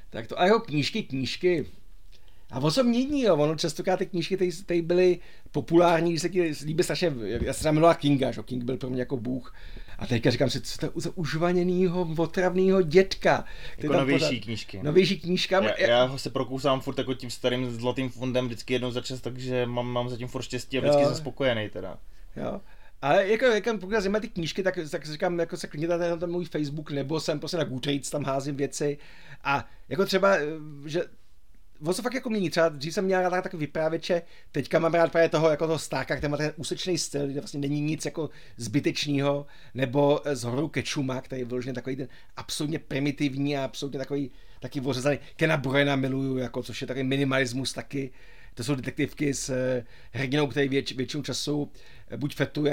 Tak to, a jeho knížky. A on se mění, jo. Ono častokrát ty knížky tady byly populární, když se ti líbí strašně, já jsem jmenoval Kinga, že? King byl pro mě jako bůh. A teďka říkám si, co to je za užvaněnýho, otravnýho dětka. Jako novější knížky. Novější knížka. Já ho se prokousám furt jako tím starým zlatým fundem vždycky jednou za čas, takže mám zatím furt štěstí a vždycky jsem spokojený teda. Jo. Ale jako pokud zajímají ty knížky, tak říkám, jako se klidně na ten můj Facebook, nebo jsem prostě na Goodreads, tam házím věci. A jako třeba, že on se fakt jako mění, třeba dřív jsem měl rád takový vyprávěče, teďka mám rád právě toho Starka, který má ten úsečný styl, kde vlastně není nic jako zbytečného, nebo z Hororu Kečuma, který je vyloženě takový ten absolutně primitivní a absolutně takový taky ořezaný. Kena Burena miluju, jako, což je takový minimalismus taky. To jsou detektivky s hrdinou, který většinou času buď fetuje,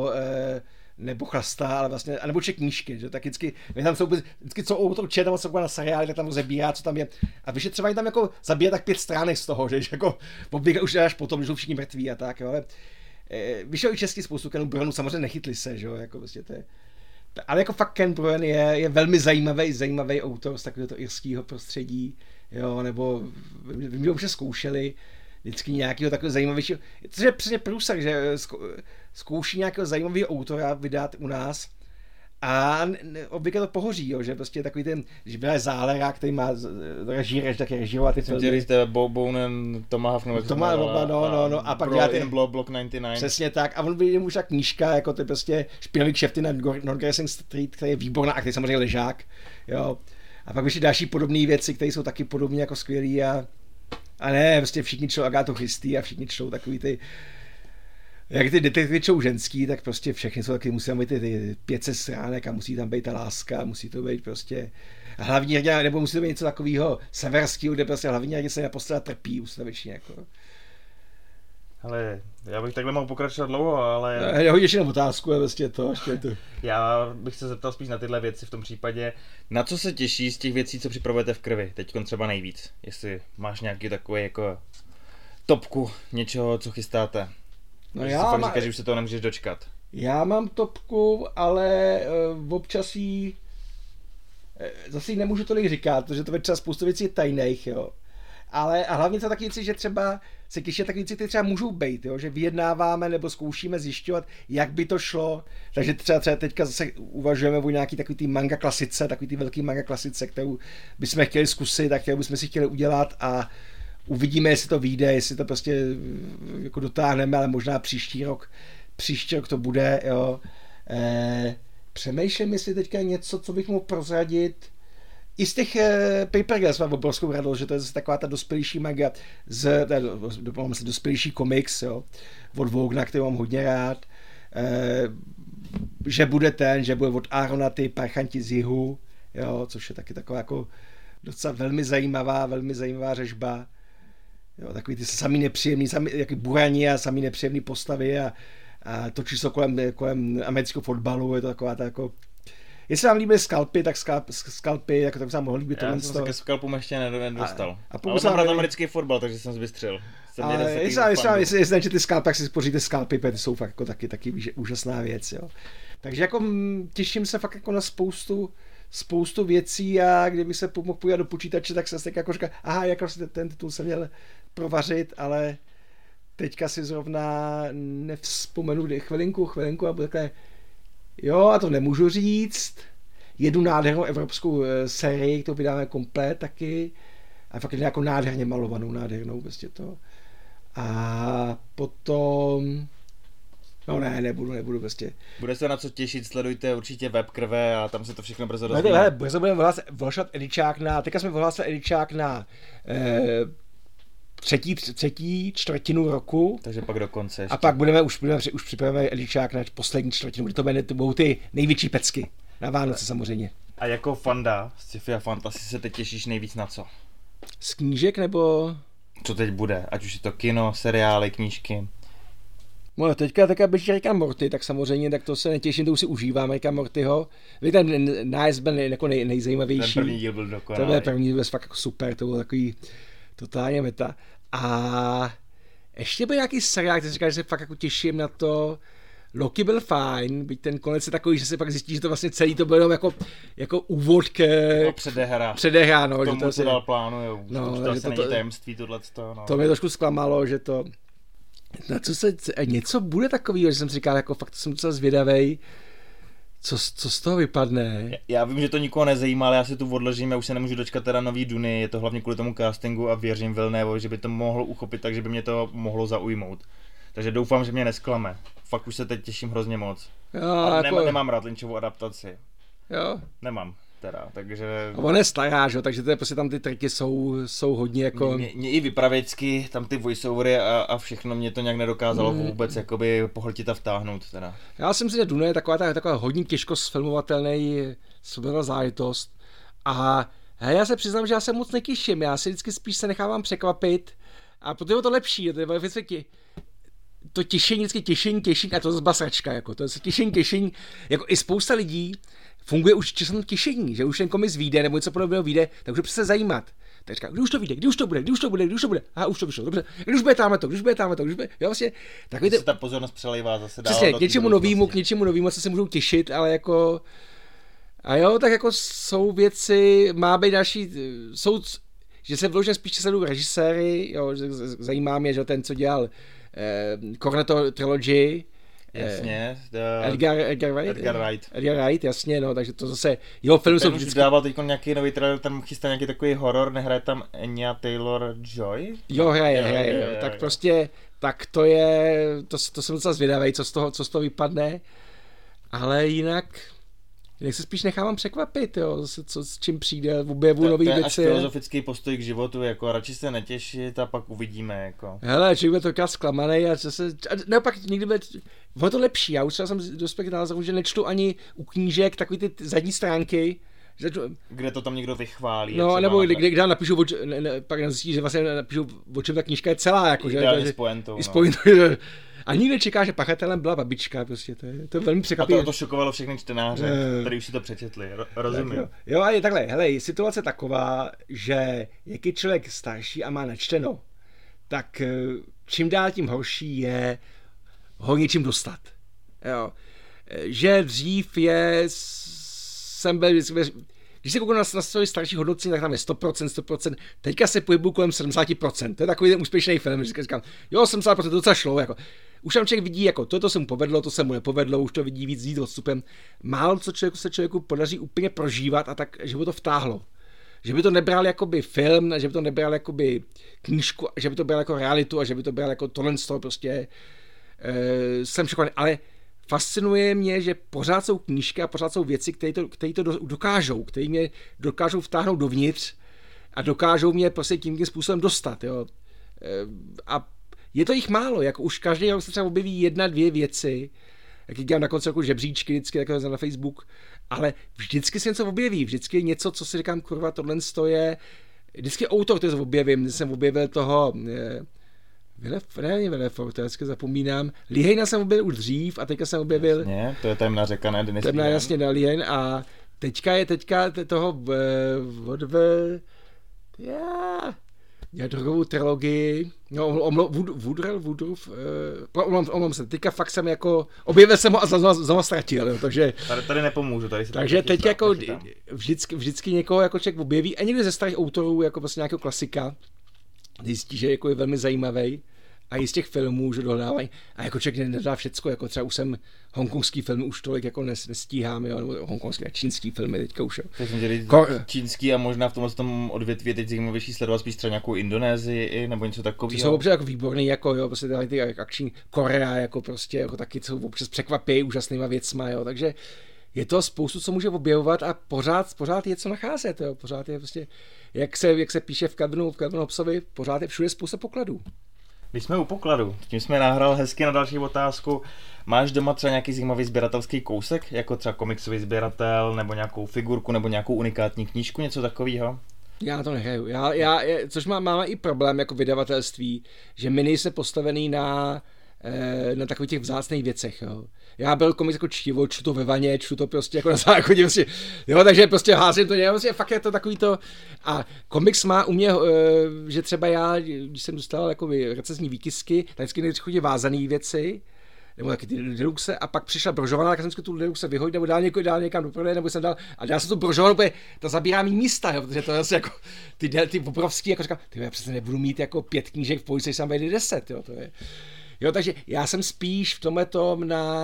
nebo chlastá, ale vlastně, anebo čte knížky, že tak vždycky co autor čte, tam se na seriály, tak tam rozebírá, co tam je. A víš, že třeba tam jako zabije tak 5 stránek z toho, že jako obvykle už až potom, že jsou všichni mrtví a tak, jo, ale vyšel i český spoustu Kenu Burenu, samozřejmě nechytli se, že jo, jako vlastně to je. Ale jako fakt Ken Buren je velmi zajímavý autor z takového irského prostředí, jo, nebo vím, že už se zkoušeli vždycky nějakého takového zajímavějšího, což je přesně průsah, že zkouší nějakého zajímavého autora vydat u nás a obvykle to pohoří, jo, že prostě takový ten, že byla Zálera, který má režírovat ty filmy. Chtěli jste Bone Tomahawk, no, a pak dělá ty Block 99. Přesně tak, a on vyjde už ta knížka, jako ty prostě špinavý kšefty na Norgresing Street, který je výborná a který samozřejmě ležák, jo. A pak vyšly další podobné věci, které jsou taky podobně jako skvělý a ne, prostě všichni čtou Agátu Christie a všichni čtou takový ty, jak ty detektivy čtou ženský, tak prostě všechny jsou taky, musí tam být ty 500 stránek a musí tam být ta láska, musí to být prostě hlavní hrdina, nebo musí to být něco takového severského, kde prostě hlavní hrdina se naposleda trpí ustavičně, jako. Ale já bych takhle mohl pokračovat dlouho, ale... Já hodně ještě na otázku, je vlastně to, ještě to. Já bych se zeptal spíš na tyhle věci v tom případě. Na co se těší z těch věcí, co připravujete v krvi? Teďkon třeba nejvíc. Jestli máš nějaký takový jako topku něčeho, co chystáte. No já si fakt říkáš, že už se toho nemůžeš dočkat. Já mám topku, ale občas jí zase jí nemůžu tolik říkat, protože to je třeba spoustu věcí tajných, jo. Ale a hlavně to taky věci, že třeba se těší takové věci, které třeba můžou být, jo? Že vyjednáváme nebo zkoušíme zjišťovat, jak by to šlo. Takže třeba teďka zase uvažujeme o nějaký takový ty manga klasice, takový ty velký manga klasice, kterou bychom chtěli zkusit a kterou bychom si chtěli udělat a uvidíme, jestli to vyjde, jestli to prostě jako dotáhneme, ale možná příští rok to bude, jo. Přemýšlím, jestli teďka něco, co bych mohl prozradit. I z těch Paper Girls mám obrovskou radost, že to je taková ta dospělejší manga, dospělejší komiks, jo, od Vogna, který mám hodně rád, že bude od Aarona ty Parchanti z jihu, jo, což je taky taková jako docela velmi zajímavá řežba, jo, takový ty samý nepříjemný, jaký burani a samý nepříjemný postavy a točí se kolem amerického fotbalu, je to taková ta jako. Jestli vám líbí skalpy, tak skalpy, jako tak se vám mohl líbit tohle. Já jsem se ke skalpům ještě nedostal. Ale jsem rád americký fotbal, takže jsem zbystřil. Jestli že ty skalpy, tak si spoříte skalpy, protože ty jsou fakt jako taky úžasná věc. Jo. Takže jako těším se fakt jako na spoustu věcí a kdyby se mohl podívat do počítače, tak jsem si jako říkal, aha, jako ten titul jsem měl provařit, ale teďka si zrovna nevzpomenu, chvilinku a budu takhle. Jo, a to nemůžu říct. Jedu nádhernou evropskou sérii, kterou vydáme komplet taky. A fakt nějakou nádherně malovanou, prostě to. A potom. No ne, nebudu prostě. Bude se na co těšit, sledujte určitě web krve a tam se to všechno brzo dozvíme. Hele, brzo budeme vyhlašovat edičák teďka jsme vyhlásili edičák na třetí čtvrtinu roku. Takže pak do konce ještě. A pak už připravujeme edičák na poslední čtvrtinu, kde to budou ty největší pecky. Na Vánoce samozřejmě. A jako fanda z sci-fi a fantasy se teď těšíš nejvíc na co? Z knížek nebo? Co teď bude? Ať už je to kino, seriály, knížky. No teďka bych Ricka Morty, tak samozřejmě, tak to se netěším, to už si užívám Ricka Mortyho. Ten nájezd byl jako nejzajímavější. Ten první díl byl dokonalý. Ten první díl byl fakt jako super, to bylo takový totálně meta. A ještě byl nějaký seriál, který říká, že se fakt jako těším na to. Loki byl fajn, byť ten konec je takový, že se pak zjistí, že to vlastně celý to bylo jenom jako úvod k... Předehra, no. K tomu, že to co dál plánujou. No, to asi není tajemství tohleto. No. To mě trošku zklamalo, že to... Na co se... Něco bude takovýho, že jsem si říkal, jako fakt jsem docela zvědavej, co z toho vypadne. Já vím, že to nikoho nezajímá, ale já si tu odložím, já už se nemůžu dočkat teda nový Duny, je to hlavně kvůli tomu castingu a věřím Villeneuve, že by to mohlo uchopit tak, že by mě to mohlo zaujmout. Takže doufám, že mě nesklame. Fakt už se teď těším hrozně moc. Jo, jako... nemám rád Lynchovu adaptaci. Jo. Nemám teda, takže... On je stará, že? Takže to je prostě tam ty triky jsou hodně jako... Mě i vypravěcky, tam ty voiceovery a všechno mě to nějak nedokázalo vůbec jakoby pohltit a vtáhnout teda. Já si myslím, že Dune je taková hodně těžko sfilmovatelný záležitost a já se přiznám, že já se moc nekyším, já si vždycky spíš se nechávám překvapit a protože je to lepší, to je vždycky to těšení, vždycky těšení a to zase basračka, jako to je těšení, jako i spousta lidí funguje už časem těšení, že už ten komiks vyjde nebo něco podobného vyjde, tak už se zajímat. Tak říká, kdy už to vyjde, kdy už to bude. Aha, už to vyšlo, dobře. Kdy už bude tamhle to, jo, vlastně takový se ta pozornost přelejvá zase dál. Přesně, k něčemu novému, co se můžou těšit, ale jako a jo, tak jako jsou věci, má být další, že se vložně spíš sledují režiséry, jo, zajímá mě, že ten, co dělal Cornetto Trilogy, jasně. Edgar Wright, jasně, no, takže to zase, jeho film jsou vždycky... dával teď nějaký nový trailer, tam chystá nějaký takový horor, nehraje tam Anya Taylor-Joy? Jo, hraje, tak prostě, tak to je, to jsem docela zvědavej, co z toho vypadne, ale jinak se spíš nechávám překvapit, jo, s čím přijde, objevu nový věci. To je až filozofický postoj k životu, jako radši se netěšit a pak uvidíme, jako. Hele, člověk bude tokrát zklamanej a neopak někdy bude, bylo to lepší, já už jsem dospěl k názoru, že nečtu ani u knížek takový ty zadní stránky, kde to tam někdo vychválí. No, nebo kde napíšu, pak zjistí, že vlastně napíšu, o čem ta knížka je celá, jako, že s pointou. A nikdo čeká, že pachatelem byla babička, prostě, to je velmi překvapivé. A to šokovalo všechny čtenáře, kteří už si to přečetli, rozumím. Jo, a je takhle, hele, situace taková, že jak je člověk starší a má načteno, tak čím dál tím horší je ho něčím dostat. Jo. Že dřív jsem byl, když se kouknu na svůj starší hodnocení, tak tam je 100%, teďka se pohybuju kolem 70%, to je takový ten úspěšný film, že říkám, jo, 70% docela šlo, jako. Už tam člověk vidí, jako to se mu povedlo, to se mu nepovedlo, už to vidí víc odstupem. Málo co se člověku podaří úplně prožívat a tak, že by to vtáhlo. Že by to nebral jakoby film, že by to nebral jakoby knížku, že by to bral jako realitu a že by to bral jako tohle z toho prostě jsem šokovaný, ale fascinuje mě, že pořád jsou knížky a pořád jsou věci, které to dokážou, které mě dokážou vtáhnout dovnitř a dokážou mě prostě tím způsobem dostat, jo. A je to jich málo, jako už každý rok se třeba objeví 1-2 věci, jak dělám na konci jako žebříčky, vždycky takové na Facebook, ale vždycky se něco objeví, vždycky je něco, co si říkám, kurva, tohle je, vždycky autor, který objevím, jsem objevil toho, Villefort, to vždycky zapomínám, Lihejna jsem objevil už dřív a teďka jsem objevil... Jasně, to je Temná řeka, ne? Denis Temná, jasně, Lihejn a teďka toho já drogovou trilogii, Woodruff, omlouvám se, teďka fakt jsem jako, objevil jsem ho a znovu ztratil, jo, takže... Tady nepomůžu, tady se takže teď jako vždycky někoho jako člověk objeví, a někdy ze starých autorů, jako vlastně nějakého klasika, zjistí, že jako je velmi zajímavý a i z těch filmů, že dohledávají, a jako člověk nedá všecko, jako třeba už jsem hongkongský filmy už tolik jako nestíhám, jo, nebo hongkongský a čínský filmy teďka už, jo. Čínský a možná v tomhle odvětví je teď zajímavější sledovat spíš třeba nějakou Indonésii nebo něco takového. To jsou občas jako výborný, jako jo, prostě ty akční Korea, jako prostě, jako taky jsou občas překvapí úžasnýma věcma, jo, takže je to spoustu, co může objevovat a pořád je co nacházet, jo, pořád je prostě, jak se píše v Kevinu Hobsovi, pořád je všude spousta pokladů. Když jsme u pokladu, tím jsme nahrál hezky na další otázku. Máš doma třeba nějaký zajímavý sběratelský kousek, jako třeba komiksový sběratel, nebo nějakou figurku, nebo nějakou unikátní knížku, něco takového? Já to nehraju. Což máme i problém jako vydavatelství, že my nejsme postavený na takových těch vzácných věcech, jo. Já byl komiks jako čtivo, čtu to ve vaně, čtu to prostě jako na záchodě, prostě, jo, takže prostě házím to, prostě fakt je to takový to, a komiks má u mě, že třeba já, když jsem dostal jako recenzní výtisky, tak vždycky chodí vázané věci, nebo taky ty deluxe, a pak přišla brožovaná, tak jsem si tu deluxe vyhodil, nebo dál někam do prodeje, nebo jsem dal, a dal jsem tu brožovanou, protože to zabírá mý místa, jo, protože to je jako ty obrovský, jako říkám, já přece nebudu mít jako 5 knížek v polici, jsem vejde 10, jo, to je. Jo, takže já jsem spíš v tomhletom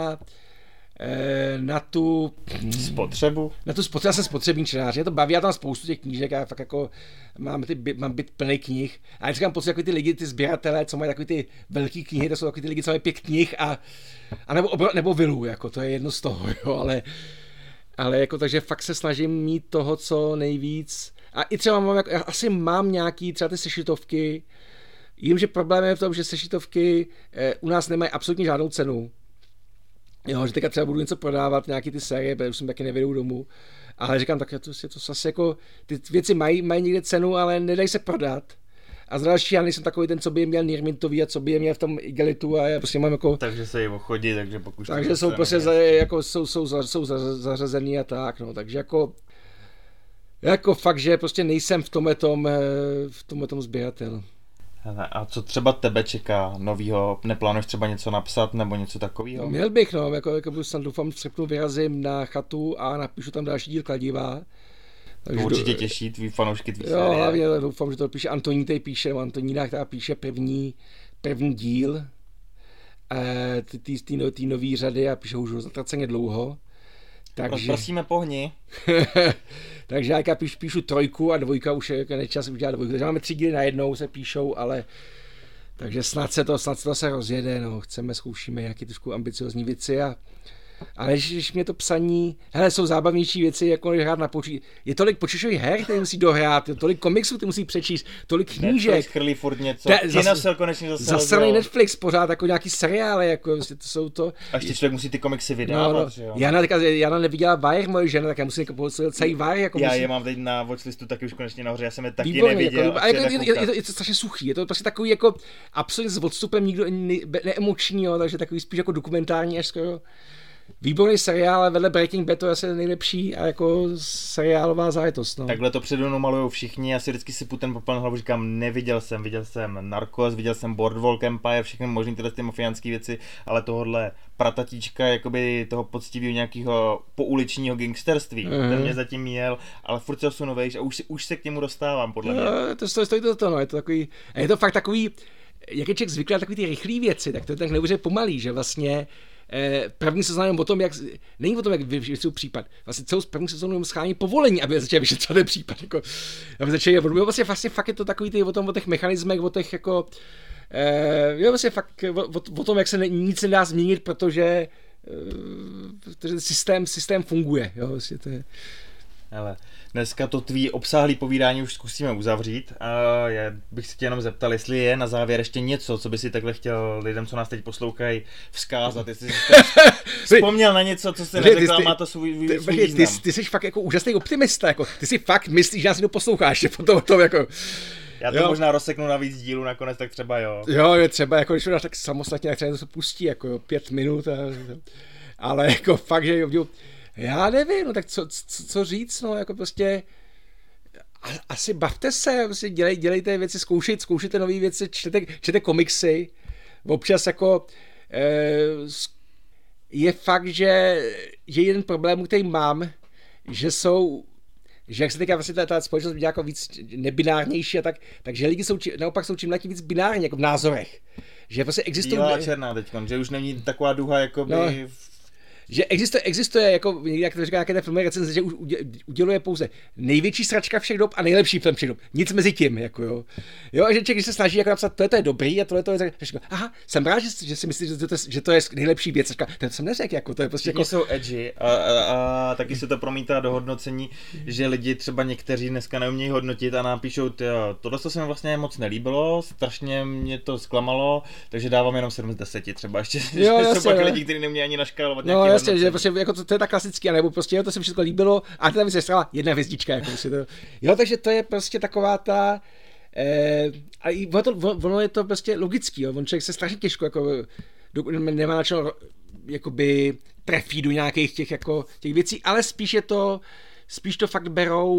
na tu spotřebu. Já jsem spotřební čtenář, mě to baví, já tam spoustu těch knížek, já fakt jako mám byt plný knih. A já říkám pocit, jako ty lidi, ty sběratelé, co mají takový ty velký knihy, to jsou takový ty lidi, co mají 5 knih a nebo vilu, jako to je jedno z toho, jo, ale jako takže fakt se snažím mít toho, co nejvíc. A i třeba asi mám nějaký třeba ty sešitovky. Vím, že problém je v tom, že sešitovky u nás nemají absolutně žádnou cenu. Jo, že teďka třeba budu něco prodávat, nějaký ty série, protože už jsem taky nevědou domů. Ale říkám, tak to zase jako, ty věci mají někde cenu, ale nedají se prodat. A za další, já nejsem takový ten, co by je měl Nirmintový a co by je měl v tom Igelitu a já prostě mám jako... Takže se jim ochodí, takže pokud... Takže jsou prostě jsou zařazený a tak, no, takže jako fakt, že prostě nejsem v tomhletom sběratel. A co třeba tebe čeká novýho? Neplánuješ třeba něco napsat nebo něco takového? No, měl bych, no, jako snad doufám, v srpnu vyrazím na chatu a napíšu tam další díl Kladiva. Takže určitě těší tvý fanoušky, tvý série. Jo, hlavně doufám, že to píše Antonína, která píše první díl ty nový řady a píšou už zatraceně dlouho. Takže... Prosíme, pohni. Takže já píšu 3 a 2 už je nečas udělat 2. Takže máme 3 díly najednou, se píšou, ale takže snad se to rozjede, no. Zkoušíme nějaké trošku ambiciozní věci ale když mě to psaní, hele, jsou zábavnější věci, jako hrát na počítači. Je tolik počítačových her, které musí dohrát, tolik komiksů, ty musí přečíst, tolik knížek. Netflix chrlí furt něco. Konečně zase Netflix pořád, jako nějaký seriály, jako to jsou to. A ještě člověk musí ty komiksy vydávat, jo. Jana neviděla Wire, moje žena, tak já musím poslouchat celý Wire. Jako já je mám teď na watchlistu taky už konečně nahoře, já jsem je taky neviděl. Je to strašně suchý, je to prostě takový jako absolutně s odstupem nikdo neemoční, takže takový spíš jako dokumentární až skoro. Výborný seriál, ale vedle Breaking Bad to je asi nejlepší a jako seriálová zájetost. No. Takhle to přede mnou malujou všichni, já si vždycky si ten popel na hlavu, říkám, viděl jsem Narcos, viděl jsem Boardwalk Empire, všechny možný tyhle ty mafiánský věci, ale tohohle pratatíčka, jakoby toho poctivého nějakého pouličního gangsterství, ten mě zatím měl, ale furt se osunovejš a už se k němu dostávám, podle mě. No, je to takový, a je to fakt takový, jak je člověk zvyklý na takový ty rychlý věci, tak to je tak neuvěřitelně pomalý, že vlastně první sezónu o tom, není o tom, jak vyšetřují případ. Vlastně celou první sezónu schání povolení, aby začali vyšetřovat ten případ. Jako, aby začali, vlastně fakt je to takový o těch mechanismech, o těch jako, vlastně fakt o tom, jak se nic nedá změnit, protože systém funguje. Jo, vlastně to je. Hele, dneska to tvý obsáhlý povídání už zkusíme uzavřít a já bych se tě jenom zeptal, jestli je na závěr ještě něco, co by si takhle chtěl lidem, co nás teď poslouchají, vzkázat, jestli jsi vzpomněl na něco, co jsi neřekl, má to svůj význam. Ty jsi fakt jako úžasný optimista, jako, ty si fakt myslíš, že nás někdo posloucháš, potom tom jako... Já to možná rozseknu na víc dílů nakonec, tak třeba jo. Jo, je třeba, jako když to dáš tak samostatně, tak třeba to se pustí, jako 5 minut, ale jako fakt, že já nevím, no tak co říct, no jako prostě asi bavte se, prostě dělejte věci, zkoušejte nové věci, čtěte komiksy, občas jako je fakt, že jeden problém, který mám, že jak se teďka vlastně ta společnost dělá jako víc nebinárnější a takže lidi naopak jsou čím dál víc binární, jako v názorech. Že prostě existují... Bílá a černá teďkon, že už není taková duha, jakoby... No. Že existuje, jako jak to říká nějaké té filmové recenze, že už uděluje pouze největší sračka všech dob a nejlepší film všech dob. Nic mezi tím, jako jo. Jo, a že člověk, když se snaží jako napsat, to je dobrý a tohle to je, říká, aha, jsem rád, že si myslíš, že to je nejlepší věc. Říká, to jsem neřekl, jako to je prostě jako... jsou edgy a taky se to promítá do hodnocení, že lidi třeba někteří dneska neumějí hodnotit a napíšou, tohle se mi vlastně moc nelíbilo, strašně mě to zklamalo, takže dávám jenom 7 z 10 třeba ještě. Jsou pak lidi, kteří neumějí ani naškálovat nějaký jasně, že prostě jako to je tak klasický, nebo prostě to se mi všechno líbilo a teda mi se strala 1 hvězdička, jako prostě to. Jo, takže to je prostě taková ta a ono je to prostě logický, jo. On člověk se strašně těžko jako nemá načeno jakoby trefí do nějakých těch věcí, ale spíš to fakt berou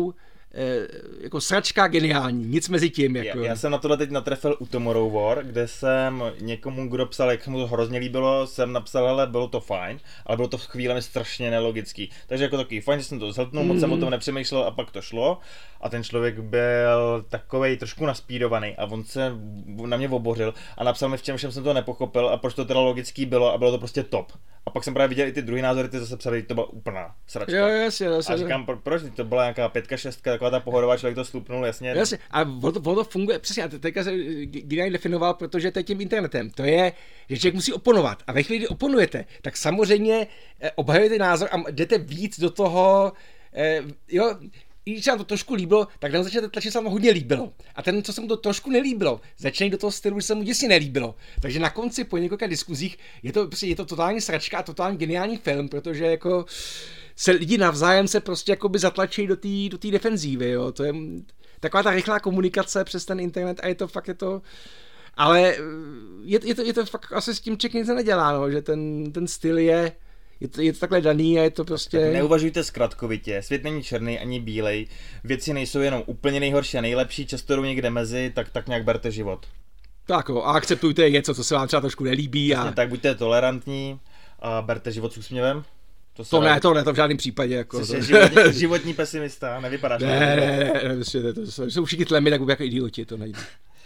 jako sračka geniální, nic mezi tím. Jako. Já jsem na tohle teď natrefil u Tomorrow War, kde jsem někomu, kdo psal, jak mu to hrozně líbilo, jsem napsal, hele, bylo to fajn, ale bylo to chvílemi strašně nelogický. Takže jako takový fajn, že jsem to zhltnul, moc jsem o tom nepřemýšlel a pak to šlo. A ten člověk byl takovej trošku naspídovaný a on se na mě obořil a napsal mi, v čem jsem to nepochopil a proč to teda logický bylo a bylo to prostě top. A pak jsem právě viděl i ty druhý názory, ty zase psali, to byla úplná sračka. Jo, jasně. A říkám, proč? To byla nějaká 5, 6, taková ta pohodová, člověk to slupnul, jasně. Jasně, a ono funguje, přesně, a teďka se Geniální definoval, protože to je tím internetem, to je, že člověk musí oponovat a ve chvíli, kdy oponujete, tak samozřejmě obhajujete názor a jdete víc do toho, jo, i když se vám to trošku líbilo, tak tam začnete tlačit, se vám hodně líbilo. A ten, co se mu to trošku nelíbilo, začne do toho stylu, že se mu děsně nelíbilo. Takže na konci po několika diskuzích je to totální sračka a totální geniální film, protože jako se lidi navzájem se prostě jakoby zatlačí do té defenzívy, jo. To je taková ta rychlá komunikace přes ten internet a je to ale je to fakt asi s tím člověk nic nedělá, no, že ten styl je to takhle daný a je to prostě... Tak neuvažujte zkratkovitě, svět není černý ani bílej, věci nejsou jenom úplně nejhorší a nejlepší, často jdou někde mezi, tak nějak berte život. Tak jo, a akceptujte něco, co se vám třeba trošku nelíbí. Přesně tak, buďte tolerantní a berte život s úsměvem. To ne, to v žádném případě. Jako, jsi životní pesimista, nevypadáš. Ne, to jsou všichni tlemy, tak jako idioti, to nejde.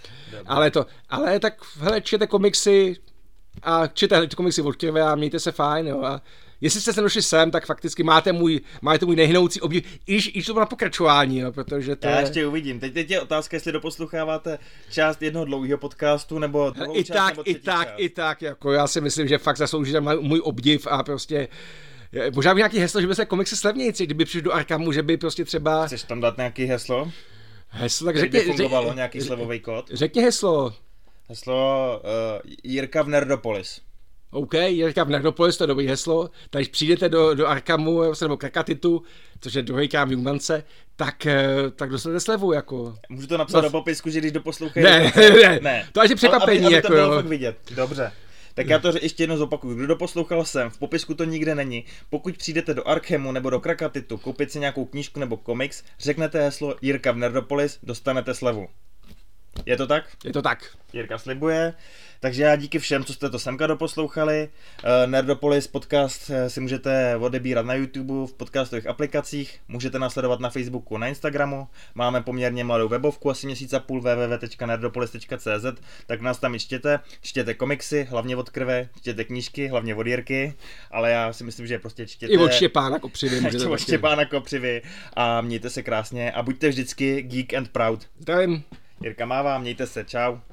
Ale tak, hele, čtěte komiksy a čtěte komiksy od Krve a mějte se fajn, jo, a jestli jste se došli sem, tak fakticky máte můj nehynoucí obdiv, i to na pokračování, jo, protože to já ještě uvidím. Teď je otázka, jestli doposloucháváte část jednoho dlouhého podcastu, nebo druhou část, nebo třetí část. I tak, jako já si myslím, že fakt zasloužíte můj obdiv a prostě možná by nějaký heslo, že by se komiksy slevnějci, kdyby přišli do Arkhamu, že by prostě třeba... Chceš tam dát nějaký heslo? Tak řekni, fungovalo nějaký slevový kód? Řekni heslo. Heslo Jirka v Nerdopolis. OK, Jirka v Nerdopolis, to je dobrý heslo. Takže když přijdete do Arkhamu nebo Krakatitu, což je druhý krám v Jungmance, tak dostanete slevu, jako. Můžu to napsat do popisku, že když doposlouchají... Ne. To až je překvapení, aby jako. to bylo fakt vidět. Dobře. Tak já to ještě jednou zopakuju. Kdo doposlouchal jsem, v popisku to nikde není. Pokud přijdete do Arkhamu nebo do Krakatitu, koupit si nějakou knížku nebo komiks, řeknete heslo Jirka v Nerdopolis, dostanete slevu. Je to tak? Je to tak. Jirka slibuje. Takže já díky všem, co jste to semka doposlouchali. Nerdopolis podcast si můžete odebírat na YouTube, v podcastových aplikacích, můžete nasledovat na Facebooku, na Instagramu. Máme poměrně mladou webovku, asi měsíc a půl, www.nerdopolis.cz, tak nás tam i čtěte komiksy, hlavně od Krve, čtěte knížky, hlavně od Jirky, ale já si myslím, že prostě čtěte... I od Štěpána Kopřivy. Od Štěpána Kopřivy a mějte se krásně a buďte vždycky geek and proud. Zdravím. Jirka mává, mějte se, čau.